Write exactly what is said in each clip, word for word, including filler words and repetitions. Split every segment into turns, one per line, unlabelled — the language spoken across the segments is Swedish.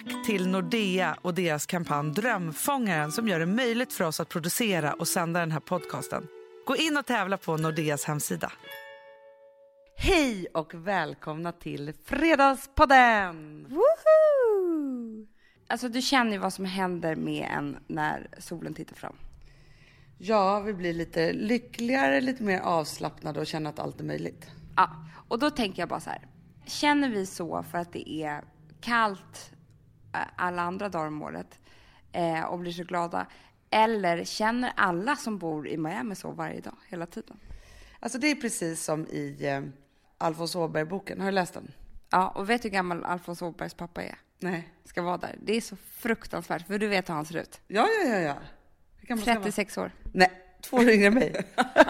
tack till Nordea och deras kampanj Drömfångaren som gör det möjligt för oss att producera och sända den här podcasten. Gå in och tävla på Nordeas hemsida. Hej och välkomna till Fredagspodden!
Woohoo! Alltså du känner ju vad som händer med en när solen tittar fram.
Ja, vi blir lite lyckligare, lite mer avslappnade och känner att allt är möjligt.
Ja, och då tänker jag bara så här. Känner vi så för att det är kallt alla andra dagar om året eh, och blir så glada? Eller känner alla som bor i Miami så varje dag, hela tiden?
Alltså det är precis som i eh, Alfons Åberg-boken. Har du läst den?
Ja, och vet du hur gammal Alfons Åbergs pappa är?
Nej.
Ska vara där. Det är så fruktansvärt, för du vet hur han ser ut.
Ja, ja, ja, ja.
trettiosex år.
Nej, två år yngre än mig.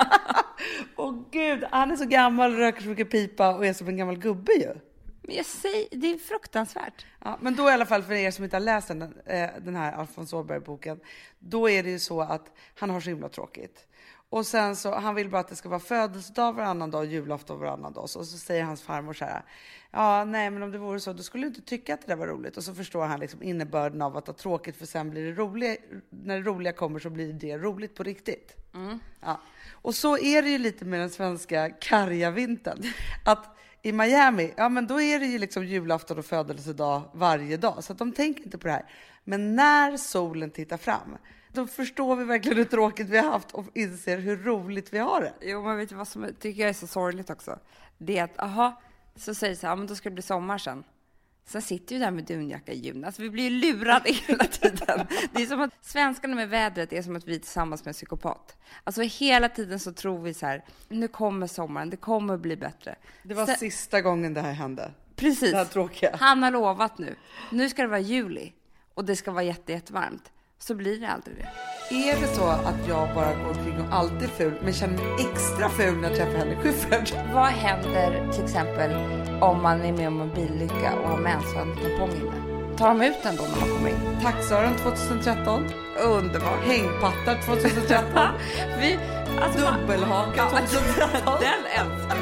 Åh gud, han är så gammal, röker så mycket pipa och är som en gammal gubbe ju.
Men jag säger, det är fruktansvärt.
Ja, men då i alla fall för er som inte har läst den, den här Alfons Åberg-boken, då är det ju så att han har så himla tråkigt. Och sen så, han vill bara att det ska vara födelsedag varannan dag och julafton varannan dag. Och så säger hans farmor så här, ja nej men om det vore så, då skulle du inte tycka att det där var roligt. Och så förstår han liksom innebörden av att ha tråkigt, för sen blir det roligt. När det roliga kommer så blir det roligt på riktigt. Mm. Ja. Och så är det ju lite med den svenska karga vintern. Att i Miami, ja men då är det ju liksom julafton och födelsedag varje dag. Så att de tänker inte på det här. Men när solen tittar fram, då förstår vi verkligen hur tråkigt vi har haft och inser hur roligt vi har det.
Jo, men vet du vad som tycker jag är så sorgligt också? Det är att, aha, så säger så här, ja, men då ska det bli sommar sen. Sen sitter ju där med dunjacka i juni. Alltså vi blir ju lurade hela tiden. Det är som att svenskarna med vädret är som att vi är tillsammans med en psykopat. Alltså hela tiden så tror vi så här, nu kommer sommaren, det kommer bli bättre.
Det var
så,
sista gången det här hände.
Precis.
Det här tråkiga.
Han har lovat nu. Nu ska det vara juli och det ska vara jätte, jättevarmt. Så blir det aldrig det.
Är det så att jag bara går omkring och alltid är ful, men känner mig extra ful när jag träffar Henrik Schyffert?
Vad händer till exempel om man är med om en billycka och har mensvärmetampong inne? Tar de ut den då när man kommer in?
Taxören tjugohundratretton.
Underbart.
Hängpattar tjugohundratretton.
Vi, alltså,
dubbelhaka tjugohundratretton.
Den älskar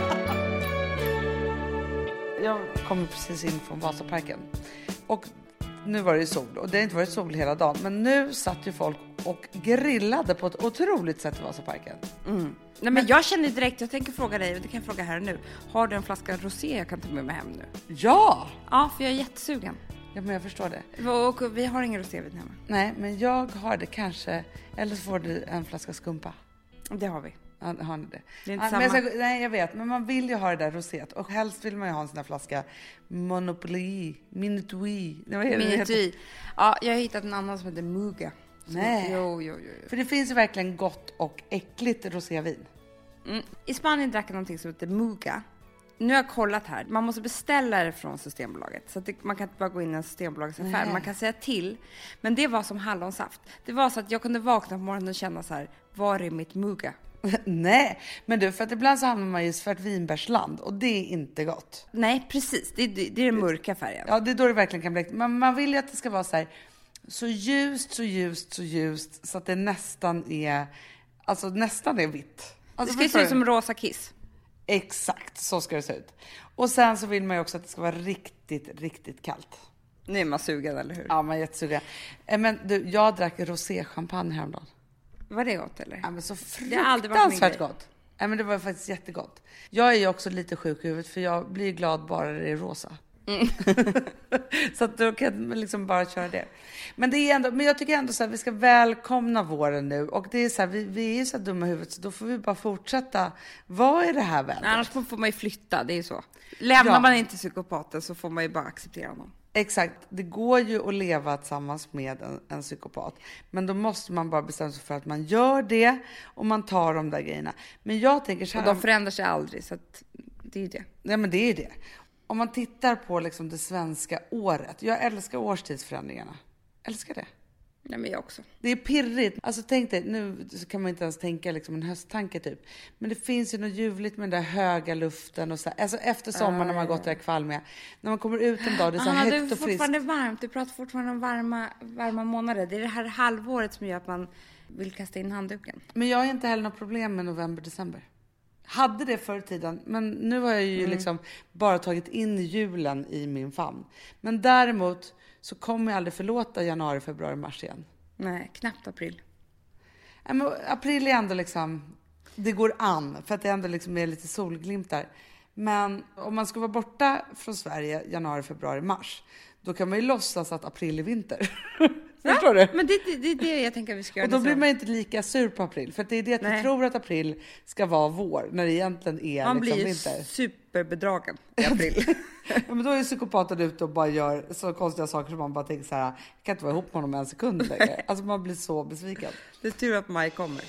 jag. Jag kommer precis in från Vasaparken. Och nu var det sol och det har inte varit sol hela dagen. Men nu satt ju folk och grillade på ett otroligt sätt i Vasaparken.
Mm. Nej, men, men jag känner direkt, jag tänker fråga dig, och det kan jag fråga här nu. Har du en flaska rosé jag kan ta med mig hem nu?
Ja!
Ja, för jag är jättesugen.
Ja, men jag förstår det.
Och, och vi har ingen rosévin hemma.
Nej, men jag har det kanske. Eller så får du en flaska skumpa.
Det har vi.
Ja, har ni det?
Det är inte
ja,
samma.
Men jag ska, nej, jag vet. Men man vill ju ha det där roséet. Och helst vill man ju ha en sån där flaska Monopoly, Minutui.
Minutui. Ja, jag har hittat en annan som heter Muga.
Nej.
Jo, jo, jo, jo.
För det finns ju verkligen gott och äckligt rosévin.
Mm. I Spanien drack jag någonting som heter Muga. Nu har jag kollat här. Man måste beställa det från Systembolaget. Så att det, man kan inte bara gå in i en Systembolagsaffär. Man kan säga till. Men det var som hallonsaft. Det var så att jag kunde vakna på morgonen och känna så här, var är mitt Muga?
Nej, men du, för att ibland så hamnar man ju i svartvinbärsland och det är inte gott.
Nej, precis. Det, det, det är den mörka färgen.
Ja, det är då det verkligen kan bli. Man, man vill ju att det ska vara så här, så ljust, så ljust, så ljust så att det nästan är, alltså nästan är vitt. Alltså,
det ska se ut som rosa kiss.
Exakt, så ska det se ut. Och sen så vill man ju också att det ska vara riktigt, riktigt kallt.
Nu är man sugen, eller hur?
Ja, man är jättesugen. Men du, jag drack rosé-champagne häromdagen.
Var det gott eller?
Ja, men så fruktansvärt gott. Ja, men det var faktiskt jättegott. Jag är ju också lite sjuk i huvudet för jag blir glad bara det är rosa. Mm. Så att då kan jag liksom bara köra det. Men det är ändå, men jag tycker ändå så här, vi ska välkomna våren nu. Och det är så här, vi, vi är ju så dumma i huvudet så då får vi bara fortsätta. Vad är det här vädret?
Annars får man ju flytta, det är ju så. Lämnar
ja.
man inte psykopaten så får man ju bara acceptera honom.
Exakt, det går ju att leva tillsammans med en, en psykopat. Men då måste man bara bestämma sig för att man gör det och man tar de där grejerna. Men jag tänker så här...
Och de förändrar sig aldrig, så att det är ju det.
Ja, men det är ju det. Om man tittar på liksom det svenska året. Jag älskar årstidsförändringarna. Älskar det.
Ja, men jag också.
Det är pirrigt. Alltså tänk dig, nu kan man inte ens tänka liksom en hösttanke typ. Men det finns ju något ljuvligt med den där höga luften och så. Alltså efter sommaren uh, när man har gått där kvalmiga. När man kommer ut en dag, det är så
ah,
högt
det är
och friskt.
fortfarande varmt. Du pratar fortfarande om varma, varma månader. Det är det här halvåret som gör att man vill kasta in handduken.
Men jag har inte heller något problem med november, december. Hade det förr i tiden, men nu har jag ju
Mm.
liksom bara tagit in julen i min famn. Men däremot så kommer jag aldrig förlåta januari, februari, mars igen.
Nej, knappt april.
Ja, men april är ändå liksom, det går an för att det ändå liksom är lite solglimtar. Men om man ska vara borta från Sverige januari, februari, mars, då kan man ju låtsas att april är vinter. Förstår du?
Men det är det, det, det jag tänker att vi ska göra.
Och då
nästa
blir
år.
man inte lika sur på april. För att det är det att vi
Nej.
tror att april ska vara vår, när det egentligen är
Man
liksom
blir
vinter.
superbedragen i april.
Ja, men då är psykopaten ute och bara gör så konstiga saker som man bara tänker så här, jag kan inte vara ihop med honom en sekund längre. Alltså man blir så besviken.
Det är tur att maj kommer.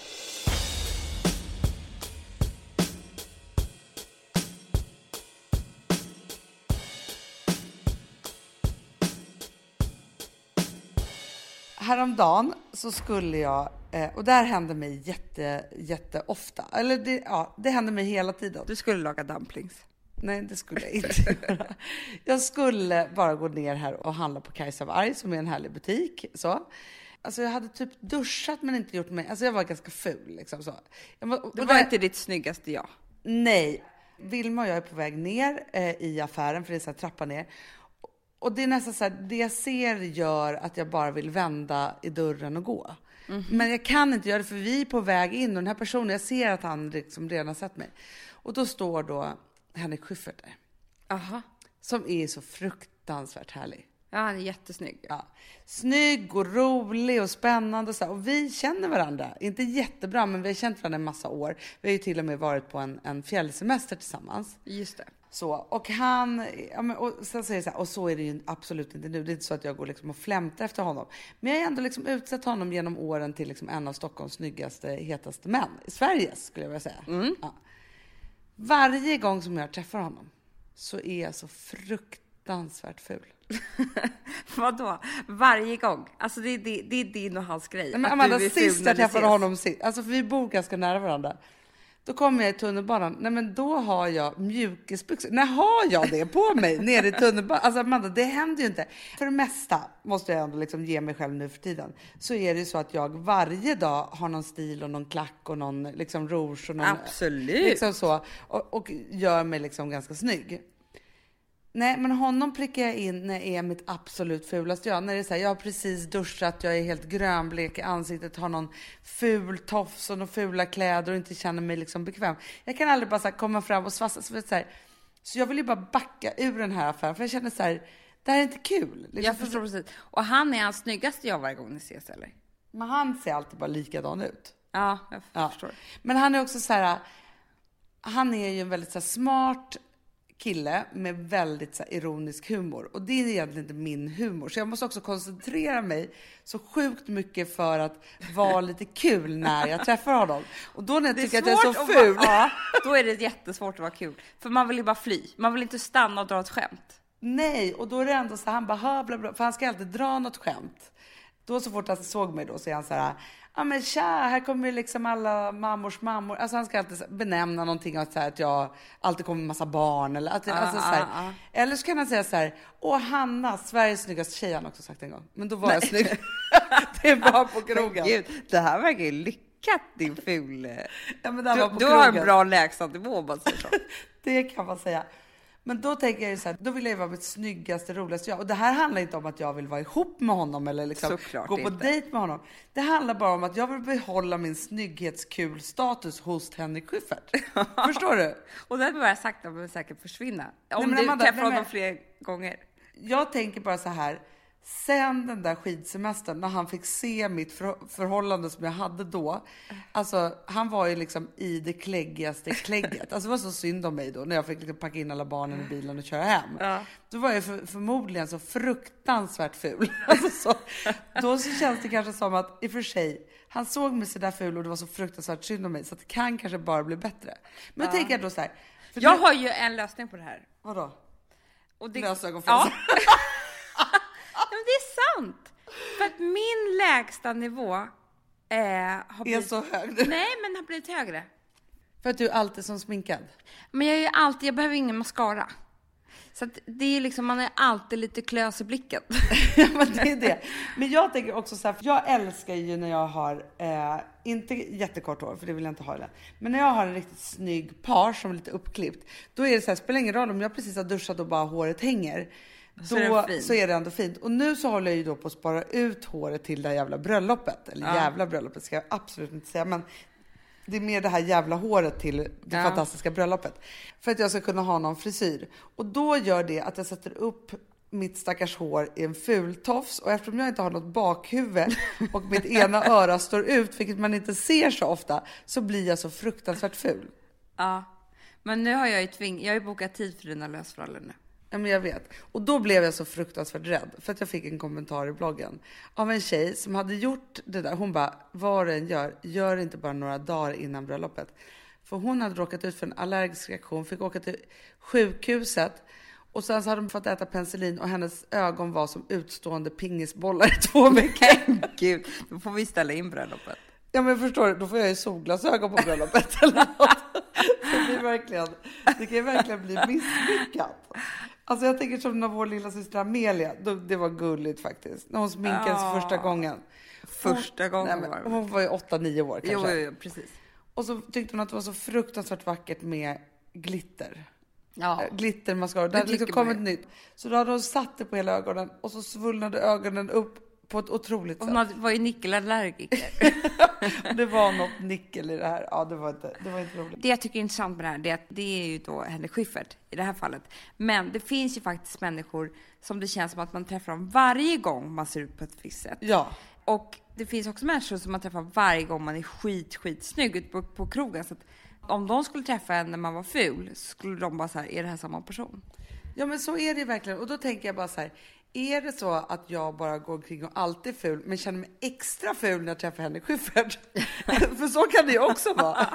Häromdagen så skulle jag, eh, och där hände mig jätte, jätte ofta. Eller det, ja, det hände mig hela tiden.
Du skulle laga dumplings.
Nej, det skulle jag inte göra. Jag skulle bara gå ner här och handla på Kajsa Warg som är en härlig butik. Så. Alltså jag hade typ duschat men inte gjort mig, alltså jag var ganska ful liksom så. Jag var,
Det
och
var
där-
inte ditt snyggaste jag.
Nej, Vilma och jag är på väg ner eh, i affären, för det är så här trappa ner. Och det är nästan så här, det jag ser gör att jag bara vill vända i dörren och gå. Men jag kan inte göra det för vi är på väg in och den här personen, jag ser att han liksom redan har sett mig. Och då står då Henrik Schyffert där,
Aha.
som är så fruktansvärt härlig.
Ja, han är jättesnygg.
Ja. Snygg och rolig och spännande och så här. Och vi känner varandra, inte jättebra, men vi har känt varandra en massa år. Vi har ju till och med varit på en, en fjällsemester tillsammans.
Just det.
Så, och han, ja, men, och sen säger det så här, och så är det ju absolut inte nu. Det är inte så att jag går liksom och flämtar efter honom. Men jag har ändå liksom utsett honom genom åren till liksom en av Stockholms snyggaste, hetaste män. I Sverige skulle jag vilja säga.
Mm.
Ja. Varje gång som jag träffar honom så är jag så fruktansvärt ful.
Vadå? Varje gång? Alltså det, är- det, det är din och hans grej.
Nej, men
att
Amanda,
du är ful
sist
när
jag
du
träffade
ses.
honom sist, alltså för vi bor ganska nära varandra. Då kommer jag i tunnelbanan, nej men då har jag mjukisbyxor. När har jag det på mig nere i tunnelbanan? Alltså Amanda, det händer ju inte. För det mesta måste jag ändå liksom ge mig själv nu för tiden. Så är det ju så att jag varje dag har någon stil och någon klack och någon liksom rouge och någon,
Absolut.
liksom så. Och, och gör mig liksom ganska snygg. Nej, men honom prickar jag in när jag är mitt absolut fulaste jag. När det är så här, jag har precis duschat, jag är helt grönblek i ansiktet, har någon ful tofs och några fula kläder och inte känner mig liksom bekväm. Jag kan aldrig bara så här komma fram och svassa. Så, så, här, så jag vill ju bara backa ur den här affären, för jag känner så här, det här är inte kul. Liksom.
Jag förstår precis. Och han är hans snyggaste jag varje gång ni ses, eller?
Men han ser alltid bara likadan ut.
Ja, jag
Ja.
förstår.
Men han är också så här, han är ju en väldigt så här, smart kille med väldigt så här, ironisk humor. Och det är egentligen inte min humor. Så jag måste också koncentrera mig så sjukt mycket för att vara lite kul när jag träffar honom. Och då när jag tycker att jag är så
svårt
ful.
att vara- Ja, då är det jättesvårt att vara kul. För man vill ju bara fly. Man vill inte stanna och dra ett skämt.
Nej, och då är det ändå så här, han bara, "Ha, bla, bla", för han ska alltid dra något skämt. Då så fort han såg mig då så är han så här, ja men tja, här kommer liksom alla mammors mammor. Alltså han ska alltid så här benämna någonting att, så här, att jag alltid kommer med massa barn. Eller, att,
Ah,
alltså, så här.
ah, ah.
Eller så kan han säga så här, åh Hanna, Sveriges snyggaste tjej, har han också sagt en gång. Men då var jag snygg. Det var på krogen.
Gud, det här verkar ju lyckat, din ful.
Ja, men det här var på
Du, du har en
krogen.
bra lägstanivå, om man säger så.
Det kan man säga. Men då tänker jag ju så här, då vill jag ju vara mitt snyggaste, roligaste jag. Och det här handlar inte om att jag vill vara ihop med honom eller liksom
Såklart
gå på
inte.
dejt med honom. Det handlar bara om att jag vill behålla min snygghetskul-status hos Henrik Schyffert. Förstår du?
Och det har jag sagt att säkert försvinna. Om
men
du
Amanda,
träffar
nej,
honom
men-
fler gånger.
Jag tänker bara så här, sen den där skidsemestern när han fick se mitt för, förhållande som jag hade då. Alltså han var ju liksom i det kläggigaste klägget. Alltså det var så synd om mig då när jag fick liksom packa in alla barnen i bilen och köra hem.
Ja.
Då var jag för, förmodligen så fruktansvärt ful. Alltså så, då så känns det kanske som att i och för sig, han såg mig så där ful och det var så fruktansvärt synd om mig så att det kan kanske bara bli bättre. Men jag tänker då så här. För
Jag
du-
har ju en lösning på det här.
Vadå?
Och det...
Lösögonfransar.
Ja. Ja, men det är sant. För att min lägsta nivå eh, har
Är
blivit...
så hög nu.
Nej, men har blivit högre.
För att du är alltid som sminkad.
Men jag är ju alltid, jag behöver ingen mascara. Så att det är liksom, man är alltid lite klös i blicken.
Ja, men det är det. Men jag tänker också så här, jag älskar ju när jag har, eh, inte jättekort hår, för det vill jag inte ha det. Men när jag har en riktigt snygg par som är lite uppklippt, då är det så här, spelar ingen roll om jag precis har duschat och bara håret hänger.
Så
då
är det
så är det ändå fint. Och nu så håller jag ju då på att spara ut håret till det här jävla bröllopet. Eller
Ja.
jävla bröllopet ska jag absolut inte säga, men det är mer det här jävla håret till det
Ja.
fantastiska bröllopet. För att jag ska kunna ha någon frisyr. Och då gör det att jag sätter upp mitt stackars hår i en fultofs. Och eftersom jag inte har något bakhuvud och mitt ena öra står ut, vilket man inte ser så ofta, så blir jag så fruktansvärt ful.
Ja, men nu har jag ju tving... jag har ju bokat tid för dina lösfrallor nu.
Ja, men jag vet. Och då blev jag så fruktansvärt rädd. För att jag fick en kommentar i bloggen av en tjej som hade gjort det där. Hon bara, vad den gör, gör inte bara några dagar innan bröllopet. För hon hade råkat ut för en allergisk reaktion, fick åka till sjukhuset. Och sen så hade de fått äta penicillin och hennes ögon var som utstående pingisbollar i två veckor.
Gud, då får vi ställa in bröllopet.
Ja, men förstår du, då får jag ju solglasögon på bröllopet eller något. Det blir verkligen, det kan ju verkligen bli misslyckat. Alltså jag tänker som när vår lilla syster Amelia, då, det var gulligt faktiskt. När hon sminkades
Ja.
första gången.
Första gången
Nej,
var
men,
det.
hon var ju åtta, nio år
Jo,
kanske.
jo, jo, precis.
Och så tyckte hon att det var så fruktansvärt vackert med glitter.
Ja.
Äh, Glittermascara. Det
Det
hade liksom
tycker man
kommit
ju.
nytt. Så då hade hon satt det på hela ögonen och så svullnade ögonen upp på ett otroligt
Hon
sätt.
hade, var ju nickelallergiker.
Det var något nickel i det här. Ja, det var inte, det var inte roligt.
Det jag tycker är intressant med det här, det är att det är ju då Henrik Schyffert i det här fallet. Men det finns ju faktiskt människor som det känns som att man träffar dem varje gång man ser ut på ett visst sätt.
Ja.
Och det finns också människor som man träffar varje gång man är skit, skit snygg ute på, på krogen. Så att om de skulle träffa en när man var ful, så skulle de bara så här, är det här samma person?
Ja, men så är det verkligen. Och då tänker jag bara så här, är det så att jag bara går omkring och alltid är ful, men känner mig extra ful när jag träffar Henrik Schyffert? För så kan det ju också vara.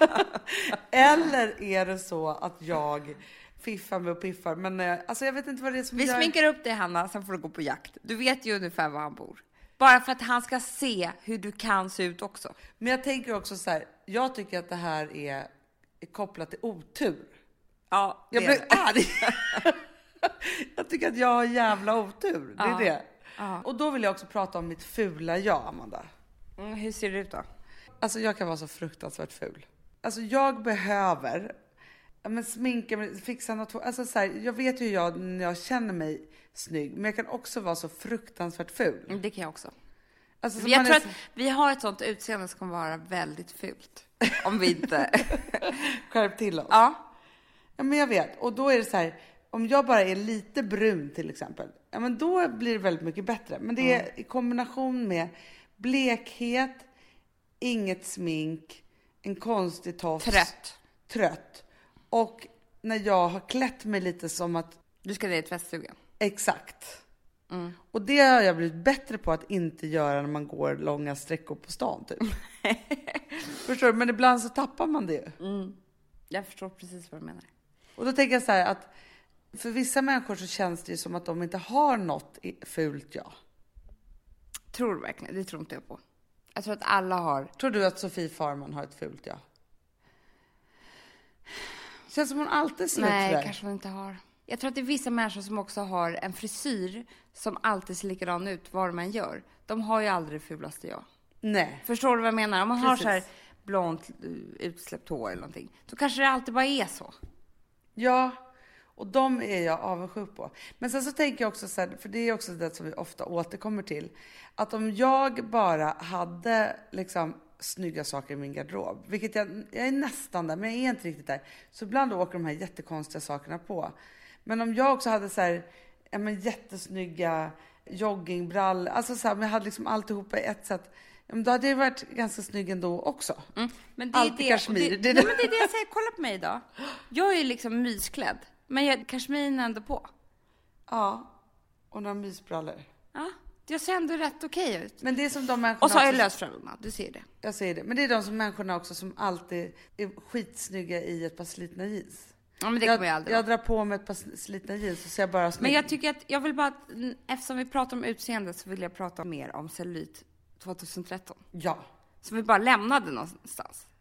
Eller är det så att jag fiffar mig och piffar, men eh, alltså jag vet inte vad det är som
Vi
gör...
sminkar upp dig, Hanna, sen får du gå på jakt. Du vet ju ungefär var han bor. Bara för att han ska se hur du kan se ut också.
Men jag tänker också så här, jag tycker att det här är, är kopplat till otur.
Ja,
Jag
det
blir
är det.
arg. Jag tycker att jag har jävla otur. Det är
Ja.
det.
Ja.
Och då vill jag också prata om mitt fula jag, Amanda.
Mm, hur ser det ut då?
Alltså jag kan vara så fruktansvärt ful. Alltså jag behöver ja, men sminka mig, fixa något. Alltså så här, jag vet ju hur jag, när jag känner mig snygg, men jag kan också vara så fruktansvärt ful.
Mm, det kan jag också.
Alltså, så
Jag
man
tror
är
att
så-
vi har ett sånt utseende som kommer vara väldigt fult. Om vi inte...
skärp till oss.
Ja.
Ja, men jag vet. Och då är det så här, om jag bara är lite brun till exempel, ja men då blir det väldigt mycket bättre. Men det är
Mm.
i kombination med blekhet, inget smink, en konstig tofs.
Trött.
Trött. Och när jag har klätt mig lite som att,
Du ska ner i tvättstugan.
exakt.
Mm.
Och det har jag blivit bättre på att inte göra när man går långa sträckor på stan typ. Förstår du? Men ibland så tappar man det ju.
Mm. Jag förstår precis vad du menar.
Och då tänker jag så här att för vissa människor så känns det ju som att de inte har något i- fult jag.
Tror du verkligen? Det tror inte jag på. Jag tror att alla har...
Tror du att Sofie Farman har ett fult jag? Känns som hon alltid ser ut
Nej,
sådär.
kanske hon inte har. Jag tror att det är vissa människor som också har en frisyr som alltid ser likadan ut vad man gör. De har ju aldrig det fulaste jag.
Nej.
Förstår du vad jag menar? Om man har
Precis.
så här blont eh, utsläppt hår eller någonting, då kanske det alltid bara är så.
Ja, och de är jag avundsjuk på. Men sen så tänker jag också så här, för det är också det som vi ofta återkommer till, att om jag bara hade liksom snygga saker i min garderob, vilket jag, jag är nästan där, men jag är inte riktigt där, så ibland åker de här jättekonstiga sakerna på. Men om jag också hade så här, ja, men jättesnygga joggingbrallor, alltså så här, men jag hade liksom alltihopa i ett sätt, ja, men då hade jag varit ganska snygg ändå också.
Mm. Men det är
Alltid
det,
kashmir,
Det,
det är
nej,
det.
men det är det jag säger. Kolla på mig idag. Jag är liksom mysklädd. Men jag, kashmiren är ändå på.
Ja, och några mysbrallor.
Ja, jag ser ändå rätt okej ut.
Men det är som de människorna
Och så har jag
också-
lösfrallorna, du ser det.
Jag säger det. Men det är de som människorna också som alltid är skitsnygga i ett par slitna jeans.
Ja, men det
jag,
kommer jag aldrig
jag
vara.
drar på mig ett par slitna jeans och ser jag bara snygg.
Men jag tycker att, jag vill bara, mm, eftersom vi pratar om utseende så vill jag prata mer om cellulit tjugohundratretton.
Ja.
Som vi bara lämnade någonstans.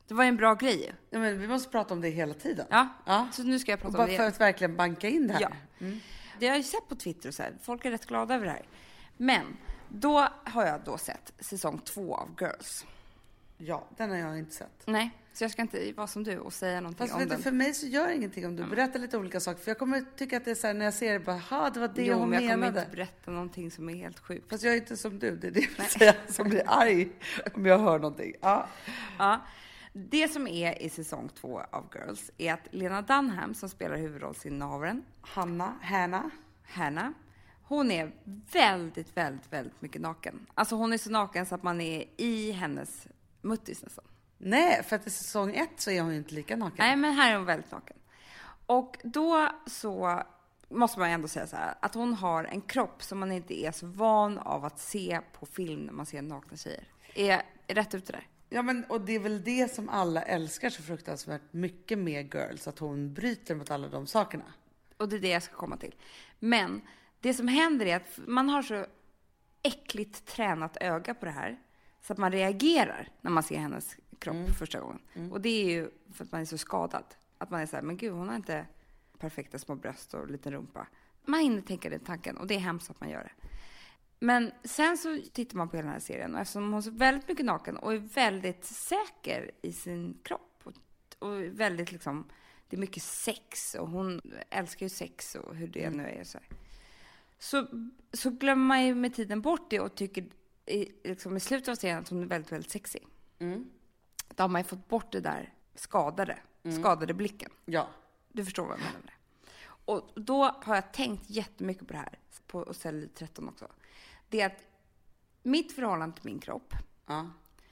Det var ju en bra grej.
Ja, men vi måste prata om det hela tiden.
Ja,
ja.
så nu ska jag prata
bara
om det.
Bara för att verkligen banka in det här.
Ja.
Mm.
Det har jag ju sett på Twitter och så här. Folk är rätt glada över det här. Men då har jag då sett säsong två av Girls.
Ja, den har jag inte sett.
Nej, så jag ska inte vara som du och säga någonting
Fast
om
vet
den.
du, för mig så gör ingenting om du
Mm.
berättar lite olika saker. För jag kommer tycka att det är så här, när jag ser det, bara, ha, det var det
jo,
hon
men jag
menade.
kommer inte berätta någonting som är helt sjukt.
Fast jag är inte som du, det är det jag vill säga, som blir arg om jag hör någonting. Ja.
Ja. Det som är i säsong två av Girls är att Lena Dunham, som spelar huvudrollsinnehavaren,
Hanna, Hanna.
Hanna, hon är väldigt, väldigt, väldigt mycket naken. Alltså hon är så naken så att man är i hennes muttis nästan.
Nej, för att i säsong ett så är hon ju inte lika naken.
Nej, men här är hon väldigt naken. Och då så måste man ändå säga så här, att hon har en kropp som man inte är så van av att se på film när man ser nakna tjejer. Är, är rätt ute där?
Ja, men och det är väl det som alla älskar så fruktansvärt mycket med Girls, att hon bryter mot alla de sakerna.
Och det är det jag ska komma till. Men det som händer är att man har så äckligt tränat öga på det här så att man reagerar när man ser hennes kropp mm. första gången. Mm. Och det är ju för att man är så skadad. Att man är så här, men gud, hon har inte perfekta små bröst och liten rumpa. Man hinner tänka den tanken och det är hemskt att man gör det. Men sen så tittar man på hela den här serien och eftersom hon är så väldigt mycket naken och är väldigt säker i sin kropp och, och väldigt liksom, det är mycket sex och hon älskar ju sex och hur det mm. nu är så här. Så, så glömmer man ju med tiden bort det och tycker i, liksom i slutet av serien att hon är väldigt, väldigt sexig. Mm. Då har man ju fått bort det där skadade, mm. skadade blicken.
Ja.
Du förstår vad jag menar. Och då har jag tänkt jättemycket på det här, på cell tretton också. Det är att mitt förhållande till min kropp
ja.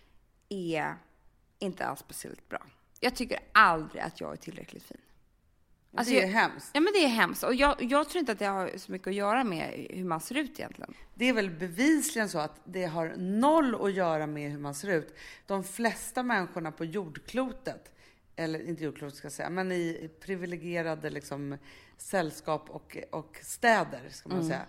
är inte alls speciellt bra. Jag tycker aldrig att jag är tillräckligt fin.
Alltså det är jag, hemskt.
Ja, men det är hemskt. Och jag, jag tror inte att det har så mycket att göra med hur man ser ut egentligen.
Det är väl bevisligen så att det har noll att göra med hur man ser ut. De flesta människorna på jordklotet, eller inte jordklotet ska jag säga, men i privilegierade liksom, sällskap och, och städer ska man mm. säga.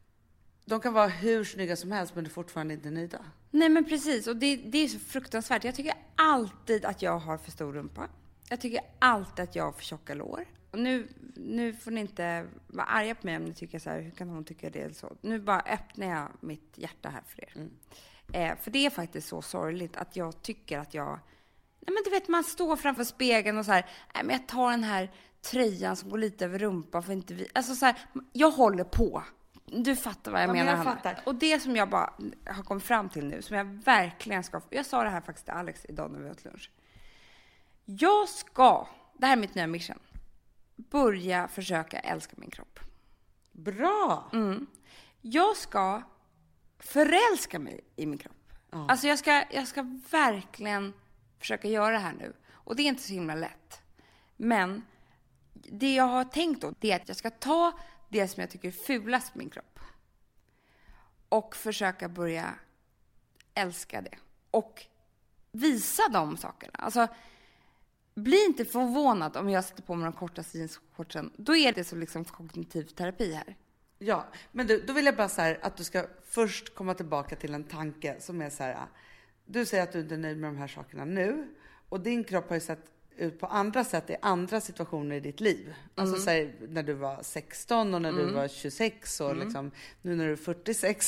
De kan vara hur snygga som helst men du är fortfarande inte nöjda.
Nej, men precis. Och det, det är så fruktansvärt. Jag tycker alltid att jag har för stor rumpa. Jag tycker alltid att jag har för tjocka lår. Och nu, nu får ni inte vara arga på mig om ni tycker så här, hur kan hon tycka det eller så. Nu bara öppnar jag mitt hjärta här för er. Mm. Eh, för det är faktiskt så sorgligt att jag tycker att jag... Nej, men du vet, man står framför spegeln och så här, nej, men jag tar den här tröjan som går lite över rumpan för inte vi... Alltså så här, jag håller på. Du fattar vad jag
ja,
menar,
men jag
Hanna.
fattar.
Och det som jag bara har kommit fram till nu, som jag verkligen ska... Jag sa det här faktiskt till Alex idag när vi åt lunch. Jag ska, det här är mitt nya mission, börja försöka älska min kropp.
Bra!
Mm. Jag ska förälska mig i min kropp. Ja. Alltså jag ska, jag ska verkligen försöka göra det här nu. Och det är inte så himla lätt. Men det jag har tänkt då, det är att jag ska ta det som jag tycker är fulast med min kropp. Och försöka börja älska det. Och visa de sakerna. Alltså... Bli inte förvånad om jag sätter på mig de korta jeansshortsen. Då är det så liksom kognitiv terapi här.
Ja, men du, då vill jag bara så här att du ska först komma tillbaka till en tanke som är så här. Du säger att du inte är nöjd med de här sakerna nu. Och din kropp har ju sett ut på andra sätt i andra situationer i ditt liv. Mm. Alltså så här, när du var sexton och när mm. du var tjugosex och mm. liksom, nu när du är fyrtiosex.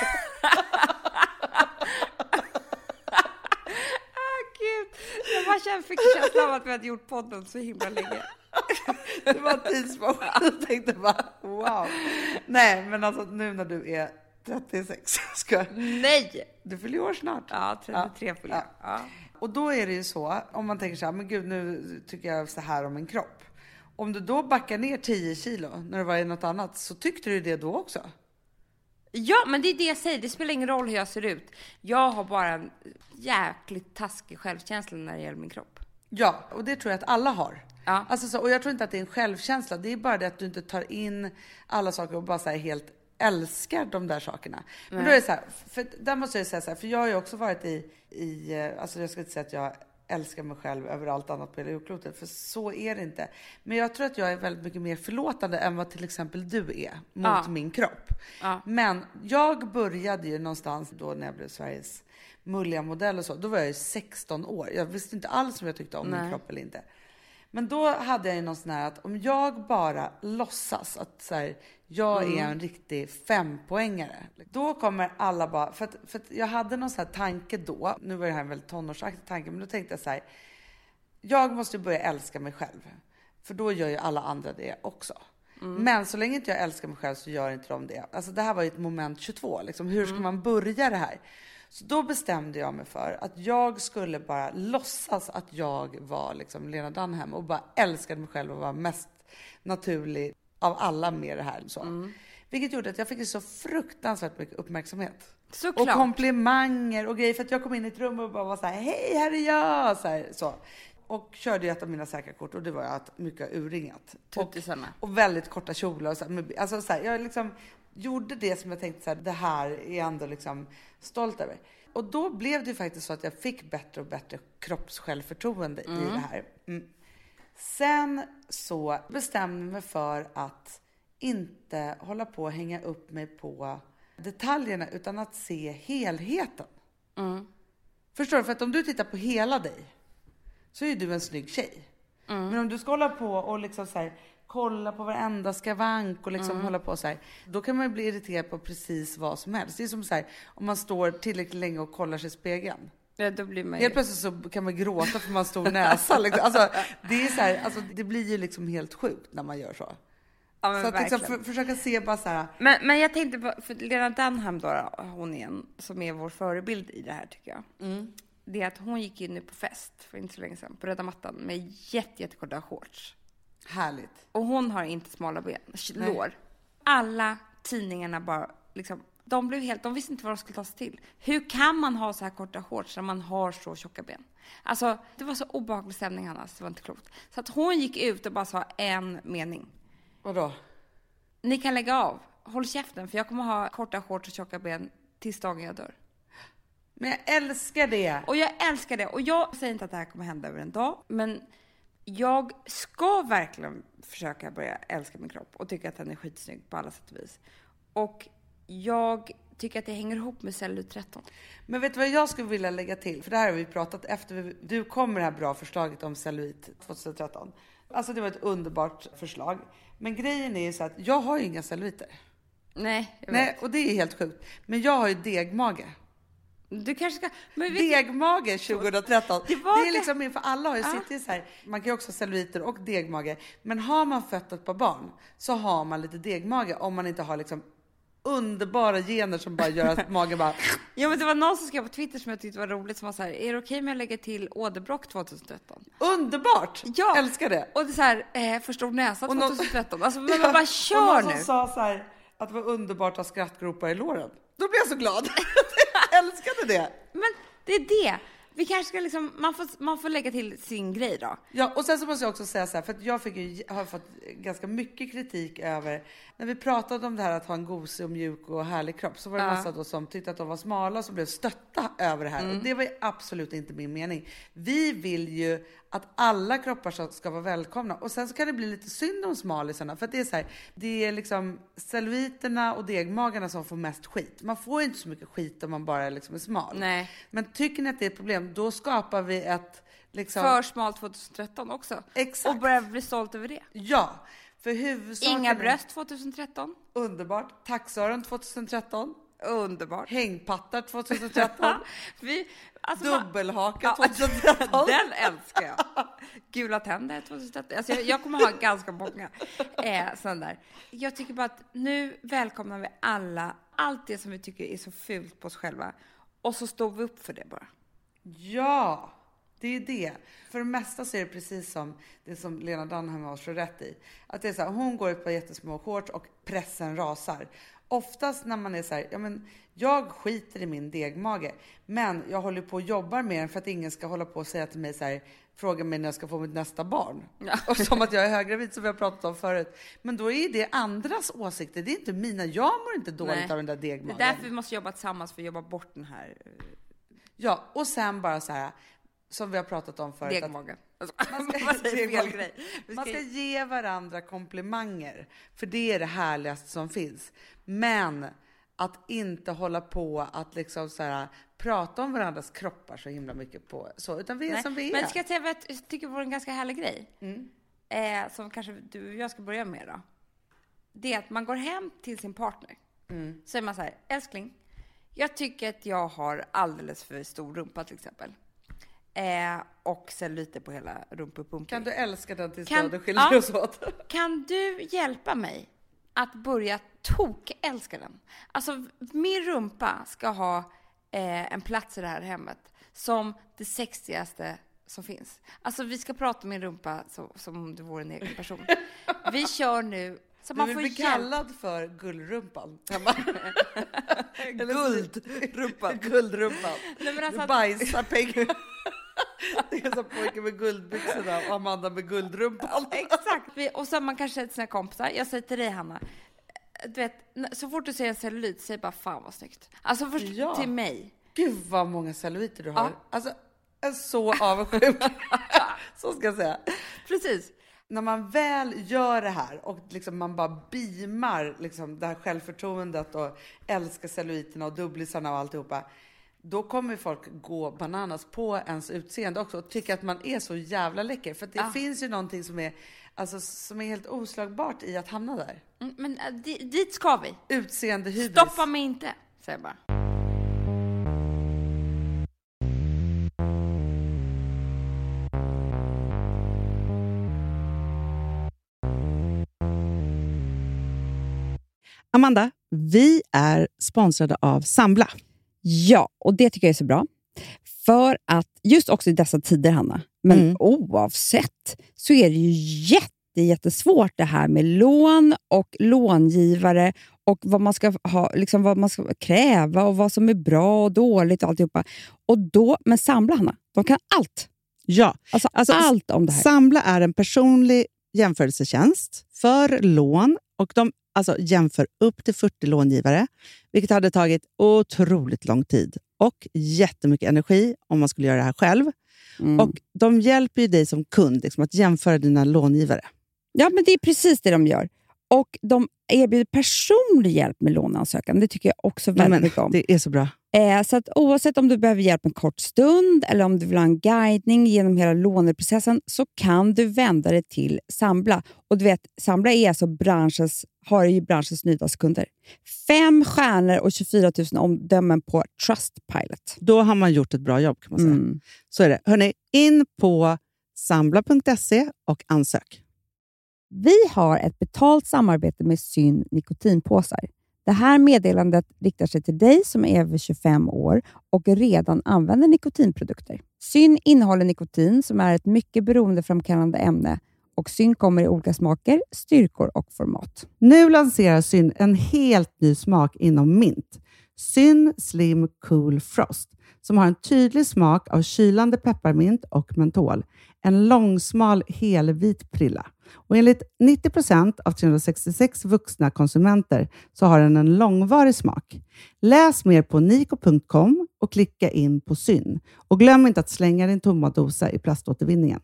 Jag fick känslan av att vi hade gjort podden så himla länge.
Det var tidsmål. Jag tänkte bara, wow. Nej, men alltså nu när du är trettiosex. Ska...
Nej!
Du fyller år snart.
Ja, trettiotre fyller jag. Ja.
Och då är det ju så, om man tänker så här, men gud, nu tycker jag så här om min kropp. Om du då backar ner tio kilo när du var i något annat, så tyckte du det då också?
Ja, men det är det jag säger. Det spelar ingen roll hur jag ser ut. Jag har bara en jäkligt taskig självkänsla när det gäller min kropp.
Ja, och det tror jag att alla har.
Ja.
Alltså så, och jag tror inte att det är en självkänsla. Det är bara det att du inte tar in alla saker och bara så här helt älskar de där sakerna. Men Nej. Då är det så här, för där måste jag säga så här, för jag har ju också varit i, i alltså jag ska inte säga att jag älskar mig själv över allt annat på hela jordklotet. För så är det inte. Men jag tror att jag är väldigt mycket mer förlåtande än vad till exempel du är mot
Ja.
min kropp.
Ja.
Men jag började ju någonstans då när jag blev Sveriges mulliga modell och så. Då var jag ju sexton år. Jag visste inte alls om jag tyckte om
Nej.
min kropp eller inte. Men då hade jag ju någon sån här att om jag bara låtsas att så här, jag
Mm.
är en riktig fempoängare. Då kommer alla bara, för att, för att jag hade någon sån här tanke då, nu var det här en väldigt tonårsaktig tanke, men då tänkte jag så här, jag måste börja älska mig själv. För då gör ju alla andra det också.
Mm.
Men så länge inte jag älskar mig själv så gör inte de det. Alltså det här var ju ett moment tjugotvå, liksom. Hur ska man börja det här? Så då bestämde jag mig för att jag skulle bara låtsas att jag var liksom Lena Dunham och bara älskade mig själv och var mest naturlig av alla med det här. Så.
Mm.
Vilket gjorde att jag fick så fruktansvärt mycket uppmärksamhet.
Såklart.
Och komplimanger och grejer. För att jag kom in i ett rum och bara var så här, hej här är jag! Så, här, så. Och körde ju ett av mina säkra kort och det var att mycket urringat. Och,
Tuttisarna.
och väldigt korta kjolar. Och så här, alltså så här, jag liksom gjorde det som jag tänkte så här, det här är jag ändå liksom stolt över. Och då blev det ju faktiskt så att jag fick bättre och bättre kroppssjälvförtroende mm. i det här. Mm. Sen så bestämde jag mig för att inte hålla på och hänga upp mig på detaljerna utan att se helheten.
Mm.
Förstår du? För att om du tittar på hela dig så är du en snygg tjej. Mm. Men om du ska hålla på och liksom så här, kolla på varenda skavank och liksom mm. hålla på så här, då kan man ju bli irriterad på precis vad som helst. Det är som så här, om man står tillräckligt länge och kollar sig i spegeln.
Ja, då blir man ju...
Helt plötsligt så kan man gråta för man stor näsa. Liksom. Alltså, det är så här, alltså, det blir ju liksom helt sjukt när man gör så.
Ja,
så att liksom, för, försöka se bara så här.
Men, men jag tänkte på, för Lena Dunham då, hon är en, som är vår förebild i det här tycker jag. Mm. Det är att hon gick in nu på fest för inte så länge sedan på röda mattan med jätte, jättekorta shorts.
Härligt.
Och hon har inte smala ben,
Nej.
lår. Alla tidningarna bara liksom, de blev helt, de visste inte vad de skulle ta sig till. Hur kan man ha så här korta shorts när man har så tjocka ben? Alltså, det var så obehaglig stämning, Hanna, det var inte klokt. Så att hon gick ut och bara sa en mening.
Vadå?
Ni kan lägga av. Håll käften, för jag kommer ha korta shorts och tjocka ben tills dagen jag dör.
Men jag älskar det.
Och jag älskar det. Och jag säger inte att det här kommer hända över en dag. Men jag ska verkligen försöka börja älska min kropp. Och tycka att den är skitsnygg på alla sätt och vis. Och jag tycker att det hänger ihop med cellulit tretton.
Men vet du vad jag skulle vilja lägga till? För det här har vi pratat efter. Du kom med det här bra förslaget om cellulit tjugohundratretton. Alltså det var ett underbart förslag. Men grejen är ju så att jag har ju inga celluliter.
Nej, jag vet.
Nej, och det är helt sjukt. Men jag har ju degmage.
Du kanske ska... Men
degmage tjugohundratretton. Det,
det, det
är liksom min, för alla har ju ah. sitter så här. Man kan ju också ha celluliter och degmage. Men har man fött ett par barn så har man lite degmage om man inte har liksom underbara gener som bara gör att magen bara...
Ja, men det var någon som skrev på Twitter som jag tyckte var roligt som var så här, är det okej om jag lägger till åderbråck tjugohundratretton?
Underbart!
Ja!
Älskar det!
Och det är så här, eh, för stor näsa tjugohundratretton. Alltså, men
ja,
man bara kör
och någon
nu!
som sa så här, att det var underbart att ha skrattgropar i låren. Då blir jag så glad. Jag älskade det!
Men det är det. Vi kanske ska liksom, man får, man får lägga till sin grej då.
Ja, och sen så måste jag också säga så här, för att jag fick ju, har fått ganska mycket kritik över, när vi pratade om det här att ha en gosig och mjuk och härlig kropp, så var det
ja.
massa då som tyckte att de var smala och som blev stötta över det här. Mm. Och det var ju absolut inte min mening. Vi vill ju att alla kroppar ska vara välkomna. Och sen så kan det bli lite synd om smalisarna, för att det är så här, det är liksom celluliterna och degmagarna som får mest skit. Man får ju inte så mycket skit om man bara liksom är smal.
Nej.
Men tycker ni att det är ett problem, då skapar vi ett liksom...
för smalt tjugohundratretton också.
Exakt.
Och börjar bli stolt över det.
Ja, för huvudsaken...
Inga bröst tjugohundratretton.
Underbart. Taxöron tjugohundratretton.
Underbart.
Hängpattar tjugohundratretton.
Vi, alltså,
dubbelhaka
ja,
tjugohundratretton.
Den älskar jag. Gula tänder tjugohundratretton. Alltså jag, jag kommer ha ganska många eh, sådana där. Jag tycker bara att nu välkomnar vi alla allt det som vi tycker är så fult på oss själva. Och så står vi upp för det bara.
Ja, det är det. För det mesta så är det precis som det som Lena Dunham har så rätt i. Att det är så här, hon går ut på jättesmå shorts och pressen rasar. Oftast när man är så här, ja men jag skiter i min degmage, men jag håller på och jobbar med den för att ingen ska hålla på och säga till mig så här, fråga mig när jag ska få mitt nästa barn. Ja. Och som att jag är höggravid, som vi har pratat om förut. Men då är det andras åsikter, det är inte mina. Jag mår inte dåligt Nej. av den där degmagen.
Det är därför vi måste jobba tillsammans för att jobba bort den här.
Ja, och sen bara så här, som vi har pratat om förut.
Degmage. Alltså,
Man ska,
man säger fel grej. Vi
man
ska-
ska ge varandra komplimanger, för det är det härligaste som finns. Men att inte hålla på att liksom så här, prata om varandras kroppar så himla mycket på så, utan vi är
Nej,
som vi är.
Men ska jag säga vad jag tycker vore en ganska härlig grej?
Mm.
Eh, som kanske du och jag ska börja med då. Det är att man går hem till sin partner.
Mm.
Så är man så här, älskling, jag tycker att jag har alldeles för stor rumpa till exempel. Eh, och celluliter på hela rumpupumpen.
Kan du älska den tills
Kan-
döden skiljer
ja.
oss åt?
Kan du hjälpa mig att börja tok-älska den? Alltså, min rumpa ska ha eh, en plats i det här hemmet som det sexigaste som finns. Alltså, vi ska prata om min rumpa så, som om det vore en egen person. Vi kör nu. Så
Du
man
vill
får
bli
hjälp.
kallad för guldrumpan.
Guldrumpan.
Guldrumpan.
Nej, men alltså
Du
att-
bajsar pengar. Det är som pojken med guldbyxorna och Amanda med guldrumpan.
Exakt. Vi- Och så har man kanske till sina kompisar. Jag säger till dig, Hanna. Du vet, så fort du ser en cellulit, säg bara fan vad snyggt. Alltså först
Ja.
till mig.
Gud vad många celluliter du har.
Ja.
Alltså, jag är så avundsjuk. Så ska jag säga.
Precis.
När man väl gör det här och liksom man bara beamar liksom det här självförtroendet och älskar celluliterna och dubblisarna och alltihopa, då kommer folk gå bananas på ens utseende också och tycka att man är så jävla läcker. För att det
Ja.
finns ju någonting som är, alltså, som är helt oslagbart i att hamna där.
Mm, Men äh, di- dit ska vi.
Utseende hybris.
Stoppa mig inte, säger jag bara.
Amanda, vi är sponsrade av Sambla.
Ja, och det tycker jag är så bra. För att just också i dessa tider, Hanna, men
Mm.
oavsett så är det ju jätte, jättesvårt det här med lån och långivare och vad man ska ha, liksom vad man ska kräva och vad som är bra och dåligt och alltihopa. Och då, men Sambla, Hanna, de kan allt.
Ja,
Alltså,
Alltså,
allt om det här.
Sambla är en personlig jämförelsetjänst för lån och de alltså, jämför upp till fyrtio långivare, vilket hade tagit otroligt lång tid och jättemycket energi om man skulle göra det här själv.
Mm.
Och de hjälper ju dig som kund liksom, att jämföra dina långivare.
Ja, men det är precis det de gör. Och de erbjuder personlig hjälp med låneansökan. Det tycker jag också väldigt
Men,
mycket om.
det är så bra.
Eh, så att oavsett om du behöver hjälp en kort stund eller om du vill ha en guidning genom hela låneprocessen så kan du vända dig till Sambla. Och du vet, Sambla är alltså branschens, har ju branschens nyaste kunder. Fem stjärnor och tjugofyra tusen omdömen på Trustpilot.
Då har man gjort ett bra jobb kan man säga.
Mm.
Så är det. Hörrni, in på sambla punkt se och ansök.
Vi har ett betalt samarbete med Syn nikotinpåsar. Det här meddelandet riktar sig till dig som är över tjugofem år och redan använder nikotinprodukter. Syn innehåller nikotin som är ett mycket beroendeframkallande ämne och Syn kommer i olika smaker, styrkor och format.
Nu lanserar Syn en helt ny smak inom mint. Syn Slim Cool Frost som har en tydlig smak av kylande pepparmint och mentol. En långsmal helvit prilla. Och enligt nittio procent av trehundrasextiosex vuxna konsumenter så har den en långvarig smak. Läs mer på niko punkt com och klicka in på Syn. Och glöm inte att slänga din tomma dosa i plaståtervinningen.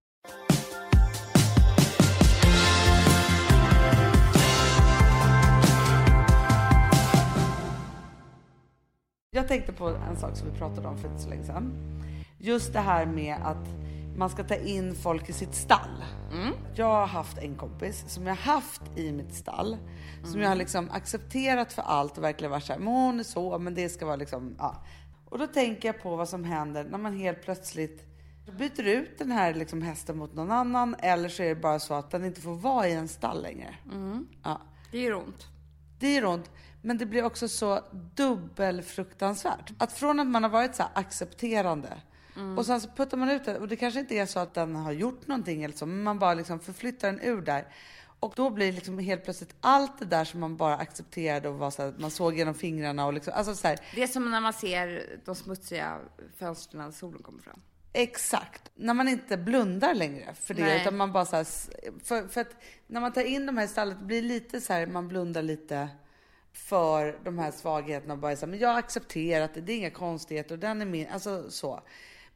Jag tänkte på en sak som vi pratade om för inte så länge sedan. Just det här med att man ska ta in folk i sitt stall.
Mm.
Jag har haft en kompis som jag haft i mitt stall. Som
Mm.
jag har liksom accepterat för allt och verkligen varit så här, men hon är så, men det ska vara liksom, ja. Och då tänker jag på vad som händer när man helt plötsligt byter ut den här liksom hästen mot någon annan. Eller så är det bara så att den inte får vara i en stall längre.
Mm.
Ja.
Det gör ont.
Det är ont, men det blir också så dubbelfruktansvärt. Att från att man har varit så här accepterande
Mm.
och sen så puttar man ut det och det kanske inte är så att den har gjort någonting eller så, men man bara liksom förflyttar den ur där. Och då blir liksom helt plötsligt allt det där som man bara accepterade och var så här, man såg genom fingrarna och liksom, alltså så här,
Det är som när man ser de smutsiga fönstren när solen kommer fram.
exakt. När man inte blundar längre för det,
Nej.
utan man bara så här, för, för att när man tar in de här i stallet blir det lite så här, man blundar lite för de här svagheterna och bara så här, men jag har accepterat det, det är inga konstigheter och den är min, alltså så.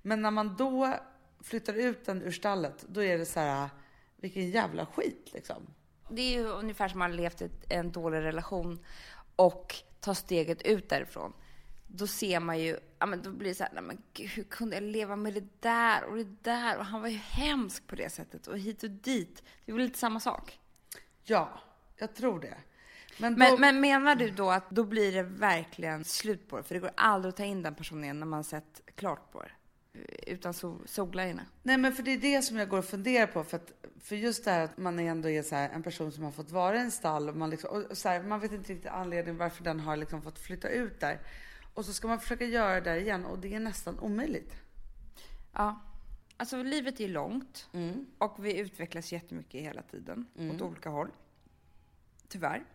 Men när man då flyttar ut den ur stallet, då är det så här, vilken jävla skit liksom.
Det är ju ungefär som man har levt i en dålig relation och tar steget ut därifrån. Då ser man ju, ja men då blir det så här, nej men gud, hur kunde jag leva med det där och det där? Och han var ju hemsk på det sättet och hit och dit. Det är väl lite samma sak?
Ja, jag tror det. Men, då...
men, men menar du då att då blir det verkligen slut på det? För det går aldrig att ta in den personen igen när man sett klart på det. Utan so- solglajjorna.
Nej, men för det är det som jag går och funderar på. För, att, för just det här att man ändå är så här, en person som har fått vara i en stall. Och man, liksom, och så här, man vet inte riktigt anledningen varför den har liksom fått flytta ut där. Och så ska man försöka göra det där igen. Och det är nästan omöjligt.
Ja. Alltså livet är långt.
Mm.
Och vi utvecklas jättemycket hela tiden.
Mm.
Åt olika håll. Tyvärr.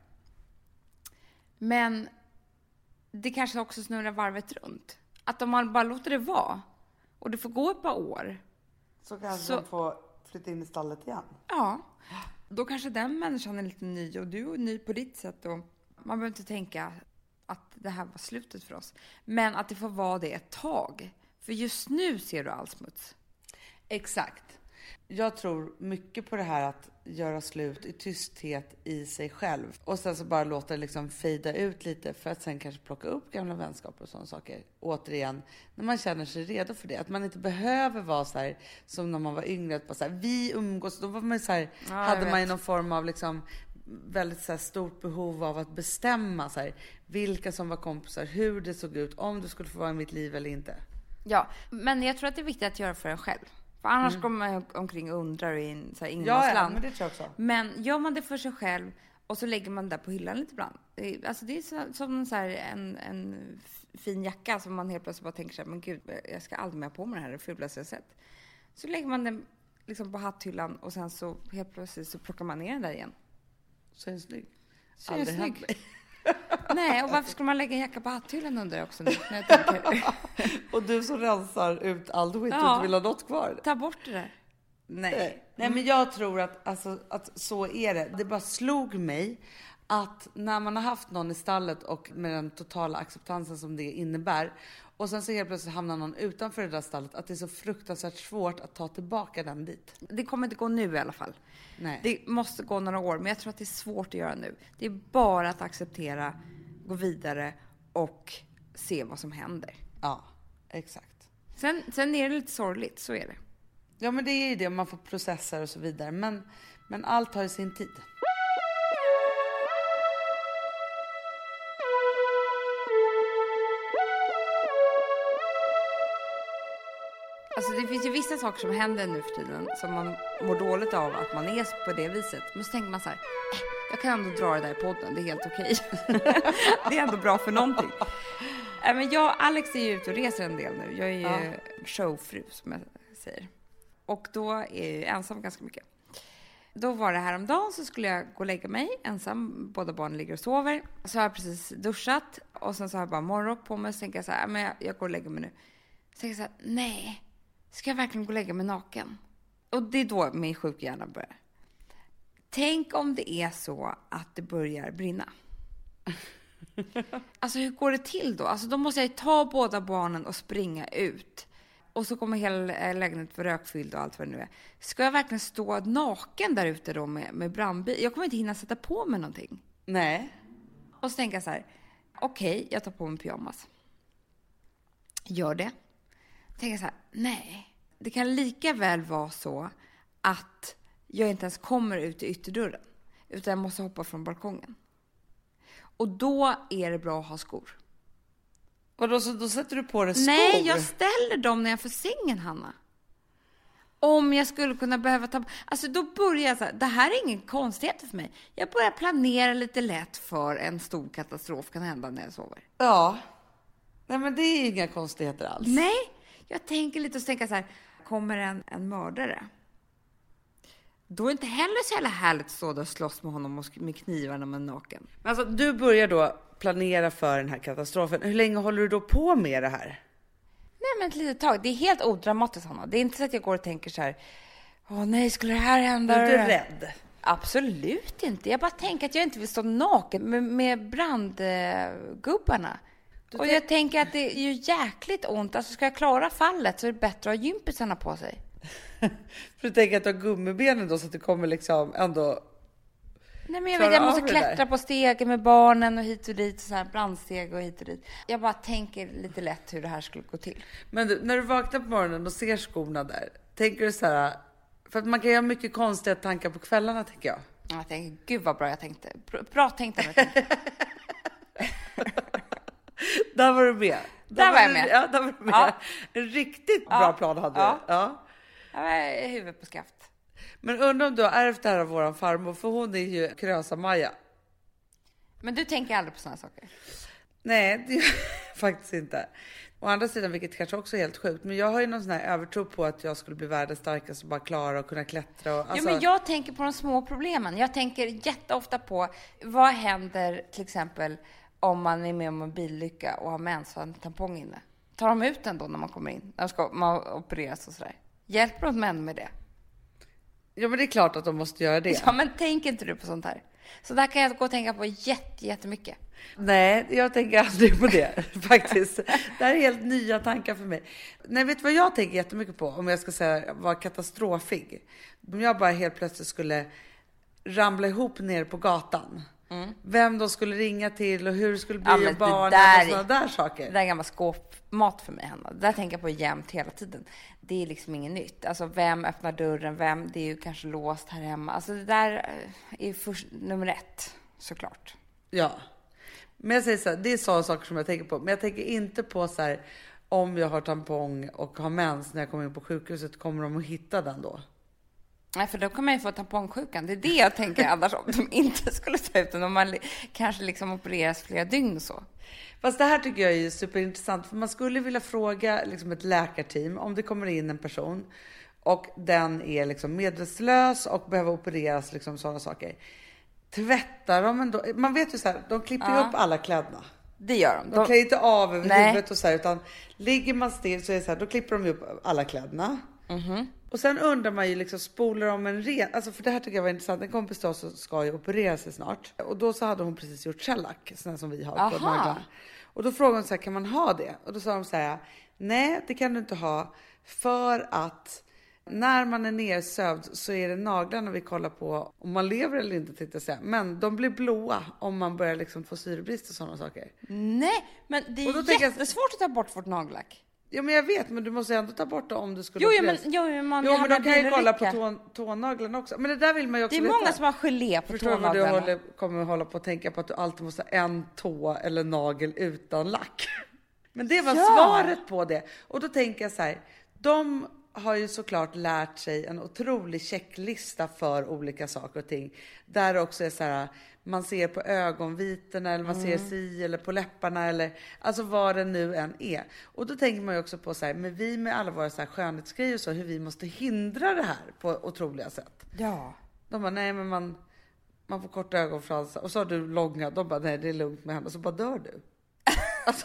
Men det kanske också snurrar varvet runt. Att om man bara låter det vara. Och det får gå ett par år.
Så kanske
så...
man får flytta in i stallet igen.
Ja. Då kanske den människan är lite ny. Och du är ny på ditt sätt. Och man behöver inte tänka att det här var slutet för oss. Men att det får vara det ett tag. För just nu ser du all smuts.
Exakt. Jag tror mycket på det här att göra slut i tysthet i sig själv. Och sen så bara låta det liksom fejda ut lite för att sen kanske plocka upp gamla vänskaper och sådana saker. Återigen, när man känner sig redo för det. Att man inte behöver vara så här som när man var yngre. Att bara så här, vi umgås. Då var man så här,
ja,
hade man ju någon form av liksom väldigt så här stort behov av att bestämma så här, vilka som var kompisar, hur det såg ut, om du skulle få vara i mitt liv eller inte.
Ja, men jag tror att det är viktigt att göra för en själv. För annars mm. kommer man omkring och undrar i en så här ingenmansland.
Ja, ja, men det tror jag också.
Men gör man det för sig själv och så lägger man det där på hyllan lite ibland. Alltså det är så, som en, så här, en, en fin jacka som man helt plötsligt bara tänker så här, men gud, jag ska aldrig mer på mig det här, det fulaste jag sett. Så lägger man den liksom på hatthyllan och sen så helt plötsligt så plockar man ner den där igen.
Så är den snygg.
Så är den snygg. Nej, och varför ska man lägga en jacka på hatthyllan undrar också nu, när jag tänker.
Och du som rensar ut all skit
ja,
och inte vill ha något kvar.
Ta bort det där. Nej.
Nej, Nej men jag tror att, alltså, att så är det. Det bara slog mig att när man har haft någon i stallet och med den totala acceptansen som det innebär. Och sen så helt plötsligt hamnar någon utanför det där stallet. Att det är så fruktansvärt svårt att ta tillbaka den dit.
Det kommer inte gå nu i alla fall.
Nej.
Det måste gå några år, men jag tror att det är svårt att göra nu. Det är bara att acceptera, gå vidare och se vad som händer.
Ja, exakt.
Sen, sen är det lite sorgligt, så är det.
Ja, men det är ju det, man får processer och så vidare. Men, men allt har ju sin tid.
Alltså det finns ju vissa saker som händer nu för tiden som man mår dåligt av att man är på det viset. Men så tänker man så här, eh, jag kan ändå dra det där i podden, det är helt okej. Det är ändå bra för någonting. Äh, men jag och Alex är ju ute och reser en del nu. Jag är ju ja. showfru som jag säger. Och då är jag ju ensam ganska mycket. Då var det häromdagen så skulle jag gå och lägga mig ensam. Båda barnen ligger och sover. Så har jag precis duschat och sen så har jag bara morgonrock på mig. Så tänker jag så här, men jag, jag går och lägger mig nu. Så tänker jag så här, nej. Ska jag verkligen gå och lägga mig naken? Och det är då min sjuka hjärna börjar. Tänk om det är så att det börjar brinna. Alltså hur går det till då? Alltså då måste jag ta båda barnen och springa ut. Och så kommer hela lägenheten vara rökfylld och allt vad det nu är. Ska jag verkligen stå naken där ute då med, med brandbil? Jag kommer inte hinna sätta på mig någonting.
Nej.
Och så tänker jag så här. Okej, okay, jag tar på mig pyjamas. Gör det. Tänker så här, nej. Det kan lika väl vara så att jag inte ens kommer ut i ytterdörren. Utan jag måste hoppa från balkongen. Och då är det bra att ha skor.
Och då, så, då sätter du på dig skor?
Nej, jag ställer dem när jag får sängen, Hanna. Om jag skulle kunna behöva ta... Alltså då börjar jag så här, det här är ingen konstighet för mig. Jag börjar planera lite lätt för en stor katastrof kan hända när jag sover.
Ja. Nej, men det är inga konstigheter alls.
Nej, jag tänker lite och tänker så här, kommer en, en mördare? Då är det inte heller så jävla härligt att stå där och slåss med honom med knivarna med naken.
Men alltså, du börjar då planera för den här katastrofen. Hur länge håller du då på med det här?
Nej, men ett litet tag. Det är helt odramatiskt, Hanna. Det är inte så att jag går och tänker så här, åh nej, skulle det här hända?
Du är rädd?
Absolut inte. Jag bara tänker att jag inte vill stå naken med, med brandgubbarna. Och jag tänker att det är ju jäkligt ont. Alltså ska jag klara fallet så är det bättre att ha gympisarna på sig.
För du tänker att du har gummibenen då så att du kommer liksom ändå...
Nej, men jag vet, jag måste klättra på stegen med barnen och hit och dit, och så här brandsteg och hit och dit. Jag bara tänker lite lätt hur det här skulle gå till.
Men du, när du vaknar på morgonen och ser skorna där, tänker du så här, för att man kan göra mycket konstiga tankar på kvällarna, tänker jag.
Jag tänker, gud vad bra jag tänkte. Bra, bra tänkte jag.
Där var du med.
Där, där var jag med.
Du, ja, där var du med. Ja. En riktigt
ja.
bra plan hade
ja.
du. Ja.
Jag var huvudet på skaft.
Men undrar om du har ärvt det här av våran farmor, för hon är ju Krösa-Maja.
Men du tänker aldrig på såna saker?
Nej, det är faktiskt inte. Å andra sidan, vilket kanske också är helt sjukt, men jag har ju någon sån här övertro på att jag skulle bli världens starkaste och bara klara och kunna klättra. Och, alltså...
Jo, men jag tänker på de små problemen. Jag tänker jätteofta på vad händer till exempel om man är med om en billycka och har mens och en tampong inne. Tar de ut den då när man kommer in? När ska man opereras och sådär? Hjälper de män med det?
Ja, men det är klart att de måste göra det.
Ja, men tänker inte du på sånt här? Så där kan jag gå och tänka på jätte, jättemycket.
Nej, jag tänker aldrig på det faktiskt. Det här är helt nya tankar för mig. Nej, vet du vad jag tänker jättemycket på? Om jag ska säga vara katastrofig. Om jag bara helt plötsligt skulle ramla ihop ner på gatan. Mm. Vem de skulle ringa till och hur det skulle bli, ja, och barnen och sådana där saker.
Det där är gammal skåpmat för mig, Hanna. Det där tänker jag på jämt hela tiden. Det är liksom inget nytt. Alltså vem öppnar dörren, vem, det är ju kanske låst här hemma. Alltså det där är först, nummer ett, såklart.
Ja, men jag säger så här, det är sådana saker som jag tänker på. Men jag tänker inte på så här, om jag har tampong och har mens när jag kommer in på sjukhuset, kommer de att hitta den då?
Nej, för då kommer jag ju få tampongsjukan. Det är det jag tänker annars om de inte skulle ta ut den. Om man kanske liksom opereras flera dygn och så.
Fast det här tycker jag är superintressant. För man skulle vilja fråga liksom ett läkarteam om det kommer in en person och den är liksom medvetslös och behöver opereras, liksom sådana saker. Tvättar de ändå? Man vet ju så här, de klipper
ja.
upp alla kläderna.
Det gör de.
De, de klär inte av över
Nej.
huvudet och så här, utan ligger man still så är det så här, då klipper de upp alla kläderna.
Mm-hmm.
Och sen undrar man ju liksom, spolar om en ren, alltså för det här tycker jag var intressant. En kompis då så ska ju operera sig snart. Och då så hade hon precis gjort shellac, sådana som vi har.
Aha.
På naglarna. Och då frågade hon så här, kan man ha det? Och då sa de så här, nej det kan du inte ha. För att när man är nersövd så är det naglarna vi kollar på om man lever eller inte, tänkte jag säga. Men de blir blåa om man börjar liksom få syrebrist och sådana saker.
Nej, men det är jättesvårt jag... att ta bort vårt nagellack.
Ja, men jag vet, men du måste ändå ta bort det om du skulle...
Jo, jo men, jo, men, man,
jo, men de kan ju kolla på tå, tånaglarna också. Men det där vill man ju också
veta. Det är
veta.
många som har gelé på
Förstår
tånaglarna.
Förstår du vad du kommer hålla på att tänka på, att du alltid måste ha en tå eller nagel utan lack. Men det var ja. svaret på det. Och då tänker jag så här, de har ju såklart lärt sig en otrolig checklista för olika saker och ting. Där också är så här, man ser på ögonvitorna eller man mm. ser si eller på läpparna eller alltså vad det nu än är. Och då tänker man ju också på så här, men vi med alla våra så här skönhetsgrejer och så, hur vi måste hindra det här på otroliga sätt.
Ja.
De bara, nej men man, man får korta ögonfransar. Och så har du långa, de bara, nej det är lugnt med henne. Och så bara dör du. Alltså,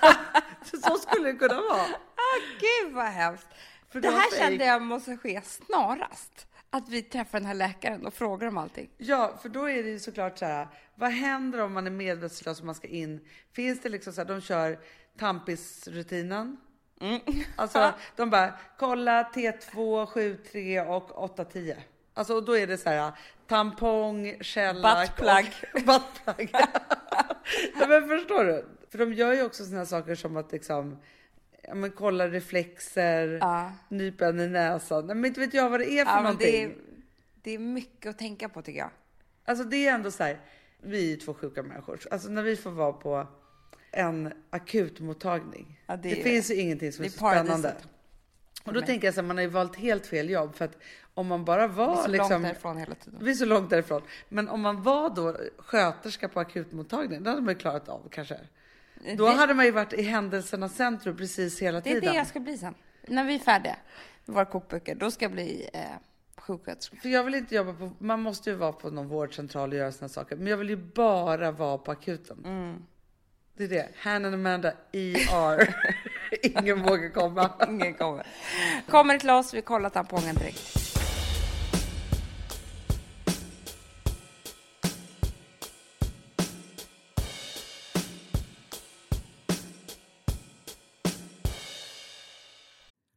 så skulle det kunna vara.
Ah, gud vad hemskt. För det här kände jag måste ske snarast. Att vi träffar den här läkaren och frågar om allting.
Ja, för då är det ju såklart så här. Vad händer om man är medvetslös och man ska in? Finns det liksom så här, de kör tampisrutinen. Mm. Alltså de bara, kolla T två, sju tre och åtta tio. Alltså och då är det så här, tampong, shellac.
Buttplug.
Buttplug. Ja, men förstår du? För de gör ju också såna saker som att liksom... Ja, men kolla reflexer, ja. Nypen i näsan. Men inte vet jag vad det är för
ja,
någonting.
Det är, det är mycket att tänka på tycker jag.
Alltså det är ändå så här, vi är två sjuka människor. Alltså när vi får vara på en akutmottagning. Ja, det, det finns ju ingenting som är, är så spännande. Och då tänker jag så här, man har ju valt helt fel jobb. För att om man bara var... Vi är så liksom,
långt därifrån hela tiden.
Vi är så långt därifrån. Men om man var då sköterska på akutmottagningen, då hade man ju klarat av kanske. Då det, hade man ju varit i händelsernas centrum precis hela tiden.
Det är det jag ska bli sen. När vi är färdiga med våra kokböcker, då ska jag bli eh, sjuksköterska.
För jag vill inte jobba på, man måste ju vara på någon vårdcentral och göra såna saker. Men jag vill ju bara vara på akuten.
Mm.
Det är det. Hannah och Amanda, E R. Ingen vågar komma.
Ingen kommer. Kommer till oss, vi kollar tampongen direkt.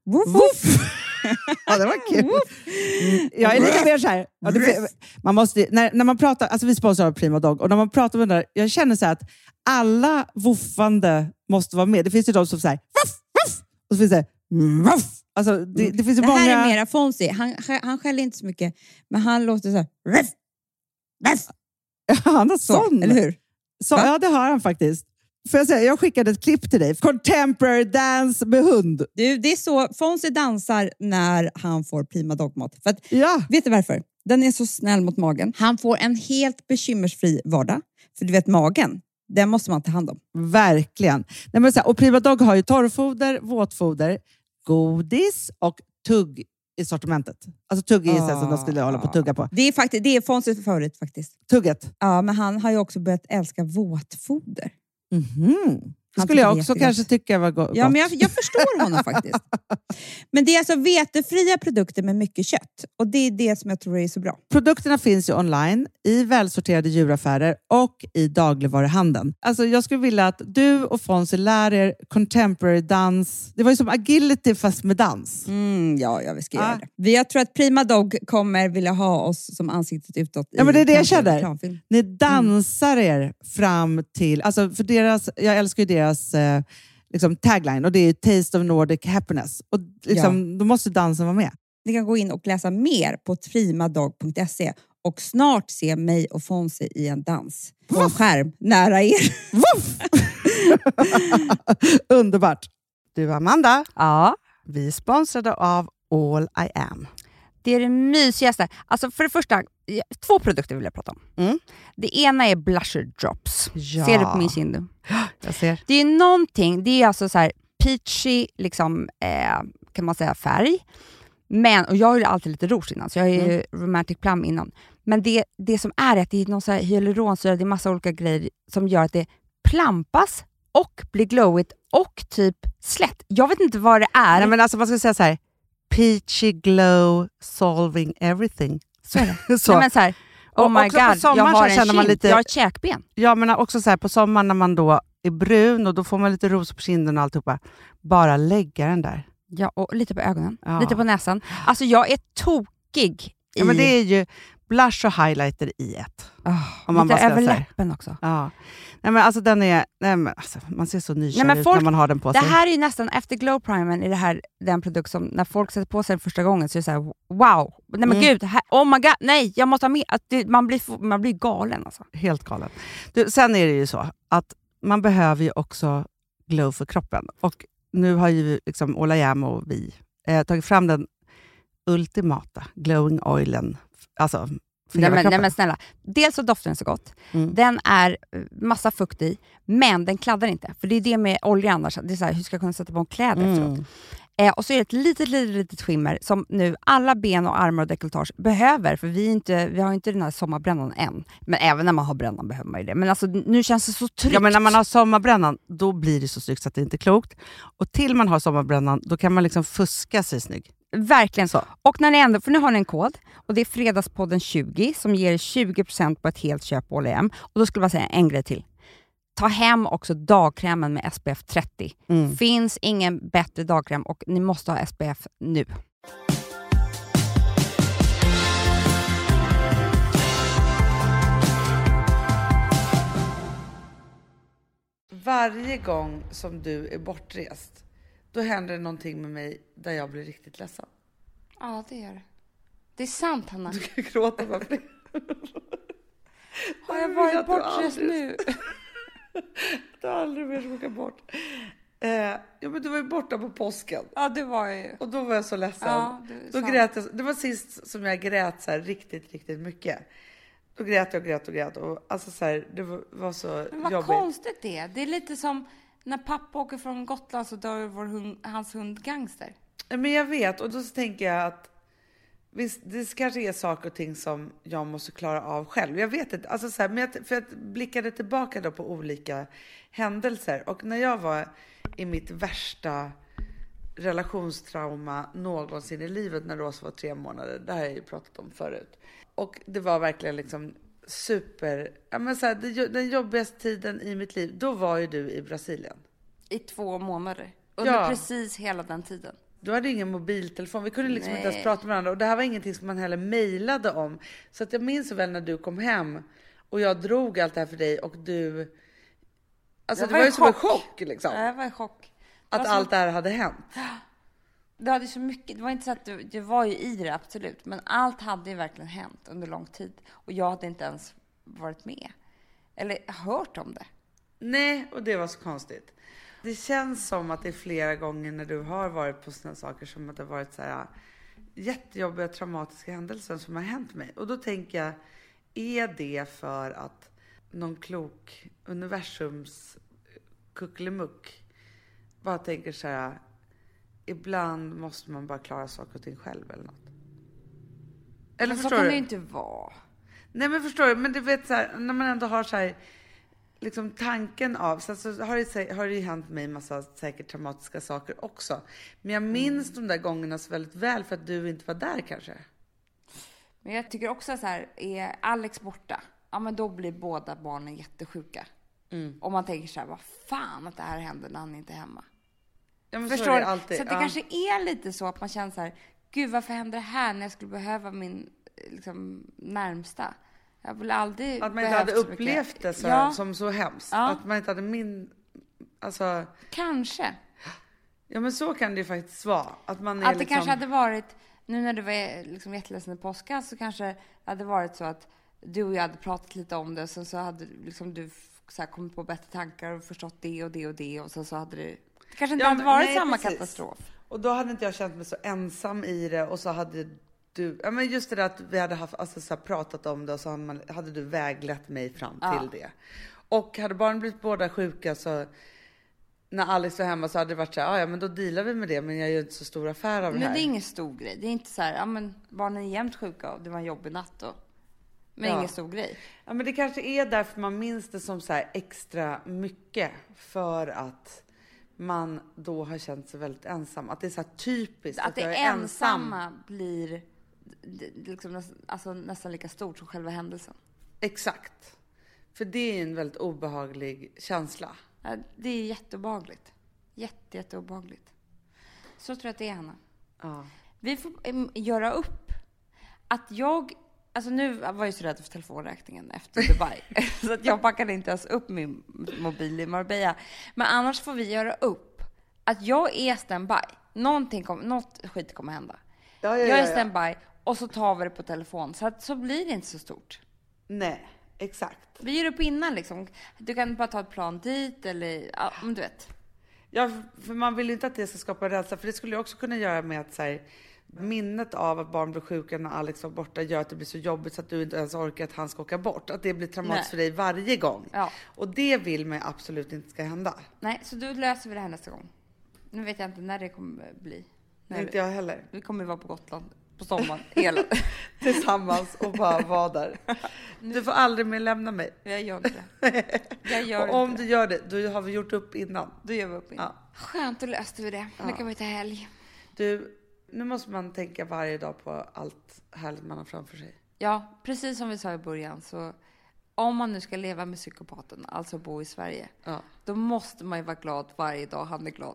Woof,
Woof. Ja, det var kul. Mm, jag är lite mer så här. Ja, det, man måste, när, när man pratar, alltså vi sponsrar Prima Dog, och när man pratar med den där, jag känner så här att alla woofande måste vara med. Det finns ju de som säger woof, woof, och så finns det woof. Alltså, det, det finns ju
det
många...
här är mera Fonzie. Han, han skäller inte så mycket, men han låter så här. Woof, woof.
Han har sån.
Eller hur?
Så, ja, det har han faktiskt. Får jag säga, jag skickade ett klipp till dig. Contemporary dance med hund.
Du, det är så Fonzie dansar när han får Prima Dog-mat. För att,
Ja.
vet du varför? Den är så snäll mot magen. Han får en helt bekymmersfri vardag. För du vet, magen, den måste man ta hand om.
Verkligen. Nej, men så här, och Prima Dog har ju torrfoder, våtfoder, godis och tugg i sortimentet. Alltså tugg är ju ah. som de skulle hålla på att tugga på.
Det är, faktiskt, det är Fonzies favorit faktiskt.
Tugget.
Ja, men han har ju också börjat älska våtfoder.
Mhm. Det skulle jag också kanske tycka var go-
ja,
gott.
men jag, jag förstår honom faktiskt. Men det är alltså vetefria produkter med mycket kött. Och det är det som jag tror är så bra.
Produkterna finns ju online, i välsorterade djuraffärer och i dagligvaruhandeln. Alltså jag skulle vilja att du och Fonzie lär er contemporary dans. Det var ju som agility fast med dans.
Mm, ja, ja, vi ska
ah.
göra det. Vi, jag tror att Prima Dog kommer vilja ha oss som ansiktet utåt.
Ja, men det är det jag känner.
Reklamfilm.
Ni dansar mm. er fram till... Alltså för deras, jag älskar ju deras eh, liksom tagline, och det är Taste of Nordic Happiness. Och liksom, ja. Då måste dansen vara med.
Ni kan gå in och läsa mer på primadog punkt se och snart se mig och Fonzie i en dans på en skärm nära er.
Underbart. Du, Amanda.
Ja.
Vi är sponsrade av All I Am.
Det är det mysigaste. Alltså för det första, två produkter vill jag prata om. Mm. Det ena är blusher drops.
Ja.
Ser du på min kind?
Jag ser.
Det är någonting, det är alltså så här peachy liksom, eh, kan man säga, färg. Men, och jag har ju alltid lite rouge innan, så jag är ju mm. romantic plum innan. Men det, det som är att det är någon så här hyaluronsyra, det är massa olika grejer som gör att det plampas och blir glowigt och typ slätt. Jag vet inte vad det är.
Nej, men alltså man ska säga så här, peachy glow solving everything.
Så är det. Så. Nej, men så här, oh
och
my god, jag har en kind, lite... jag har ett käkben.
Ja, men också så här, på sommaren när man då är brun och då får man lite ros på kinden och alltihopa. Bara lägga den där.
Ja, och lite på ögonen,
ja. Lite
på näsan. Alltså jag är tokig i...
Ja, men det är ju blush och highlighter i ett.
Oh, om man lite över läppen också.
Ja. Nej, men alltså den är... Nej, men alltså, man ser så nykär
nej, men
ut
folk,
när man har den på
det
sig.
Det här är ju nästan, efter glow primern är det här den produkt som när folk sätter på sig den första gången så är det så här, wow. Nej men mm. gud, här, oh my god, nej, jag måste ha med. Att det, man, blir, man blir galen alltså.
Helt galen. Du, sen är det ju så att man behöver ju också glow för kroppen. Och nu har ju liksom All I Am och vi eh, tagit fram den ultimata glowing oilen. Alltså,
nej, men, nej men snälla, dels så doftar den så gott. Mm. Den är massa fukt i, men den kladdar inte. För det är det med olja annars. Det är så här, hur ska jag kunna sätta på en kläder mm. efteråt? Eh, och så är det ett litet, litet, litet skimmer som nu alla ben och armar och dekolletage behöver. För vi, är inte, vi har inte den här sommarbrännan än. Men även när man har brännan behöver man ju det. Men alltså, nu känns det så tryggt.
Ja, men när man har sommarbrännan, då blir det så snyggt så att det inte är klokt. Och till man har sommarbrännan, då kan man liksom fuska sig snygg.
Verkligen så. Och när ni ändå, för nu har ni en kod och det är Fredagspodden tjugo som ger tjugo procent på ett helt köp på All I Am. Och då skulle jag säga en grej till. Ta hem också dagkrämen med S P F trettio. Mm. Finns ingen bättre dagkräm och ni måste ha S P F nu.
Varje gång som du är bortrest, då händer det någonting med mig där jag blir riktigt ledsen.
Ja, det gör det. Det är sant, Hanna.
Du kan gråta varför.
Har jag varit bortrest nu?
Du har aldrig mer åka bort. Eh, ja, men du var ju borta på påsken.
Ja, det var jag ju.
Och då var jag så ledsen.
Ja,
då grät jag, det var sist som jag grät så här riktigt, riktigt mycket. Då grät jag och grät och grät. Och alltså så här, det var, var så
men vad
jobbigt.
Konstigt det är. Det är lite som när pappa åker från Gotland så dör vår hund, hans hund Gangster.
Men jag vet, och då så tänker jag att visst, det kanske är saker och ting som jag måste klara av själv. Jag vet inte, alltså så här, men jag, för jag blickade tillbaka då på olika händelser. Och när jag var i mitt värsta relationstrauma någonsin i livet när Rosa var tre månader, det har jag ju pratat om förut. Och det var verkligen liksom super, ja men så här, det, den jobbigaste tiden i mitt liv, då var ju du i Brasilien.
I två månader. Under ja. precis hela den tiden.
Du hade ingen mobiltelefon. Vi kunde liksom
Nej.
inte ens prata med varandra. Och det här var ingenting som man heller mejlade om. Så att jag minns så väl när du kom hem och jag drog allt det här för dig och du... Alltså
Jag
det
var
var
i
ju som en
chock.
chock liksom.
Jag var i chock. Det
Att
var som-
allt det här hade hänt.
Det hade så mycket, det var inte så att du, du var ju i det, absolut. Men allt hade ju verkligen hänt under lång tid. Och jag hade inte ens varit med. Eller hört om det.
Nej, och det var så konstigt. Det känns som att det är flera gånger när du har varit på sådana saker som att det har varit så här jättejobbiga traumatiska händelser som har hänt mig. Och då tänker jag, är det för att någon klok universums kuckelimuck bara tänker så här, ibland måste man bara klara saker och ting själv eller något. Eller
Men så
förstår
kan
du?
det ju inte vara.
Nej men förstår du, men du vet så här, när man ändå har så här liksom tanken av, så, så har, det, har det ju hänt mig massa säkert traumatiska saker också. Men jag minns mm. de där gångerna så väldigt väl för att du inte var där kanske.
Men jag tycker också så här, är Alex borta, ja men då blir båda barnen jättesjuka. Mm. Och man tänker så här, vad fan att det här händer när han inte är hemma.
Ja, men
Förstår
så, är
du?
det alltid.
Så att det
ja.
kanske är lite så att man känner så här, gud varför händer det här när jag skulle behöva min liksom, närmsta? Jag vill aldrig
att man inte hade upplevt det så, ja. som så hemskt. Ja. Att man inte hade min... Alltså...
Kanske.
Ja men så kan det ju faktiskt vara. Att, man är
att det
liksom...
kanske hade varit, nu när du var liksom jätteledsen i påskan så kanske det hade varit så att du och jag hade pratat lite om det och sen så hade liksom du så här kommit på bättre tankar och förstått det och det och det och sen så hade det, det kanske inte
ja,
hade varit
nej,
samma
precis.
katastrof.
Och då hade inte jag känt mig så ensam i det och så hade du, ja men just det där att vi hade haft, alltså så här pratat om det och så hade, man, hade du väglett mig fram
ja.
till det. Och hade barnen blivit båda sjuka så när Alex var hemma så hade det varit så här, ja men då dealar vi med det men jag gör inte så stor affär av det här.
Men det är ingen stor grej. Det är inte så här, ja men barnen är jämt sjuka och det var en jobbig natt då. Men ja. ingen stor grej.
Ja men det kanske är därför man minns det som så här extra mycket för att man då har känt sig väldigt ensam. Att det är så här typiskt
att,
att
det
jag är
ensamma
ensam.
blir liksom, alltså, nästan lika stort som själva händelsen.
Exakt. För det är en väldigt obehaglig känsla.
Ja, det är jätteobehagligt. Jätte, jätteobehagligt. Så tror jag att det är, Hanna.
Ja.
Vi får um, göra upp att jag... Alltså nu var jag ju så rädd för telefonräkningen efter Dubai. Så att jag packade inte ens upp min mobil i Marbella. Men annars får vi göra upp att jag är standby. Någonting kom, något skit kommer hända.
Ja, ja,
jag är
ja, ja.
standby och så tar vi det på telefon. Så att så blir det inte så stort.
Nej, exakt.
Vi gör upp innan liksom. Du kan bara ta ett plan dit eller... Ja, men du vet.
Ja, för man vill ju inte att det ska skapa rädsla. För det skulle jag också kunna göra med att så här, minnet av att barn blev sjuka när Alex var borta gör att det blir så jobbigt så att du inte ens orkar att han ska åka bort. Att det blir traumatiskt
Nej.
för dig varje gång.
Ja.
Och det vill man absolut inte ska hända.
Nej, så då löser vi det här nästa gång. Nu vet jag inte när det kommer bli. När
Inte jag heller.
Vi kommer vara på Gotland på sommaren hela.
Tillsammans och bara vara där. Du får aldrig mer lämna mig.
Jag gör inte det. Jag gör
Och om
inte
du gör det, då har vi gjort upp innan.
Då gör vi upp innan.
Ja.
Skönt, att löste vi det. Nu
Ja.
kan vi ta helg.
Du, nu måste man tänka varje dag på allt härligt man har framför sig.
Ja, precis som vi sa i början så om man nu ska leva med psykopaten, alltså bo i Sverige,
Ja.
då måste man ju vara glad varje dag han är glad.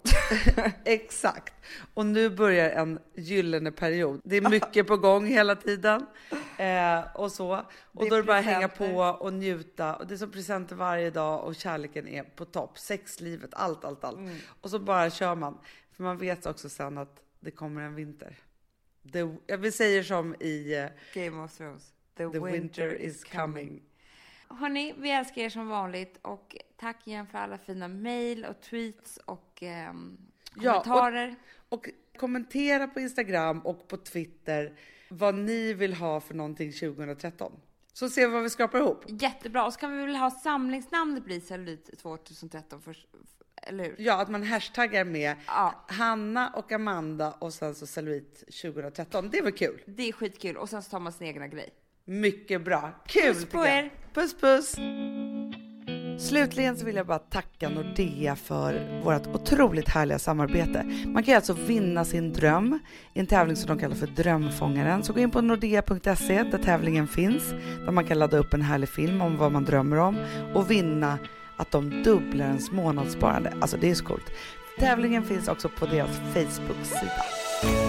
Exakt. Och nu börjar en gyllene period. Det är mycket på gång hela tiden. Eh, och så. Och
Det
då är
är
det bara att hänga
presenter.
på och njuta. Och det är som presenter varje dag och kärleken är på topp. Sexlivet, allt, allt, allt.
Mm.
Och så bara kör man. För man vet också sen att det kommer en vinter. The, jag vill säga som i eh,
Game of Thrones. The,
The winter is coming.
Hörrni, vi älskar er som vanligt och tack igen för alla fina mejl och tweets och ehm,
Ja, och-
kommentarer.
Och kommentera på Instagram och på Twitter vad ni vill ha för någonting tjugohundratretton. Så ser vi vad vi skapar ihop.
Jättebra. Och så kan vi väl ha samlingsnamnet bli Cellulit tjugohundratretton för, eller hur?
Ja, att man hashtaggar med
Ja,
Hanna och Amanda och sen så Cellulit tjugohundratretton. Det var kul.
det är skitkul. Och sen så tar man sin egna grej.
Mycket bra. Kul.
Puss på
tycker jag.
er.
Puss puss. Slutligen så vill jag bara tacka Nordea för vårt otroligt härliga samarbete. Man kan alltså vinna sin dröm i en tävling som de kallar för Drömfångaren. Så gå in på nordea punkt se där tävlingen finns. Där man kan ladda upp en härlig film om vad man drömmer om. Och vinna att de dubblar ens månadssparande. Alltså det är så coolt.
Tävlingen finns också på deras Facebook-sida.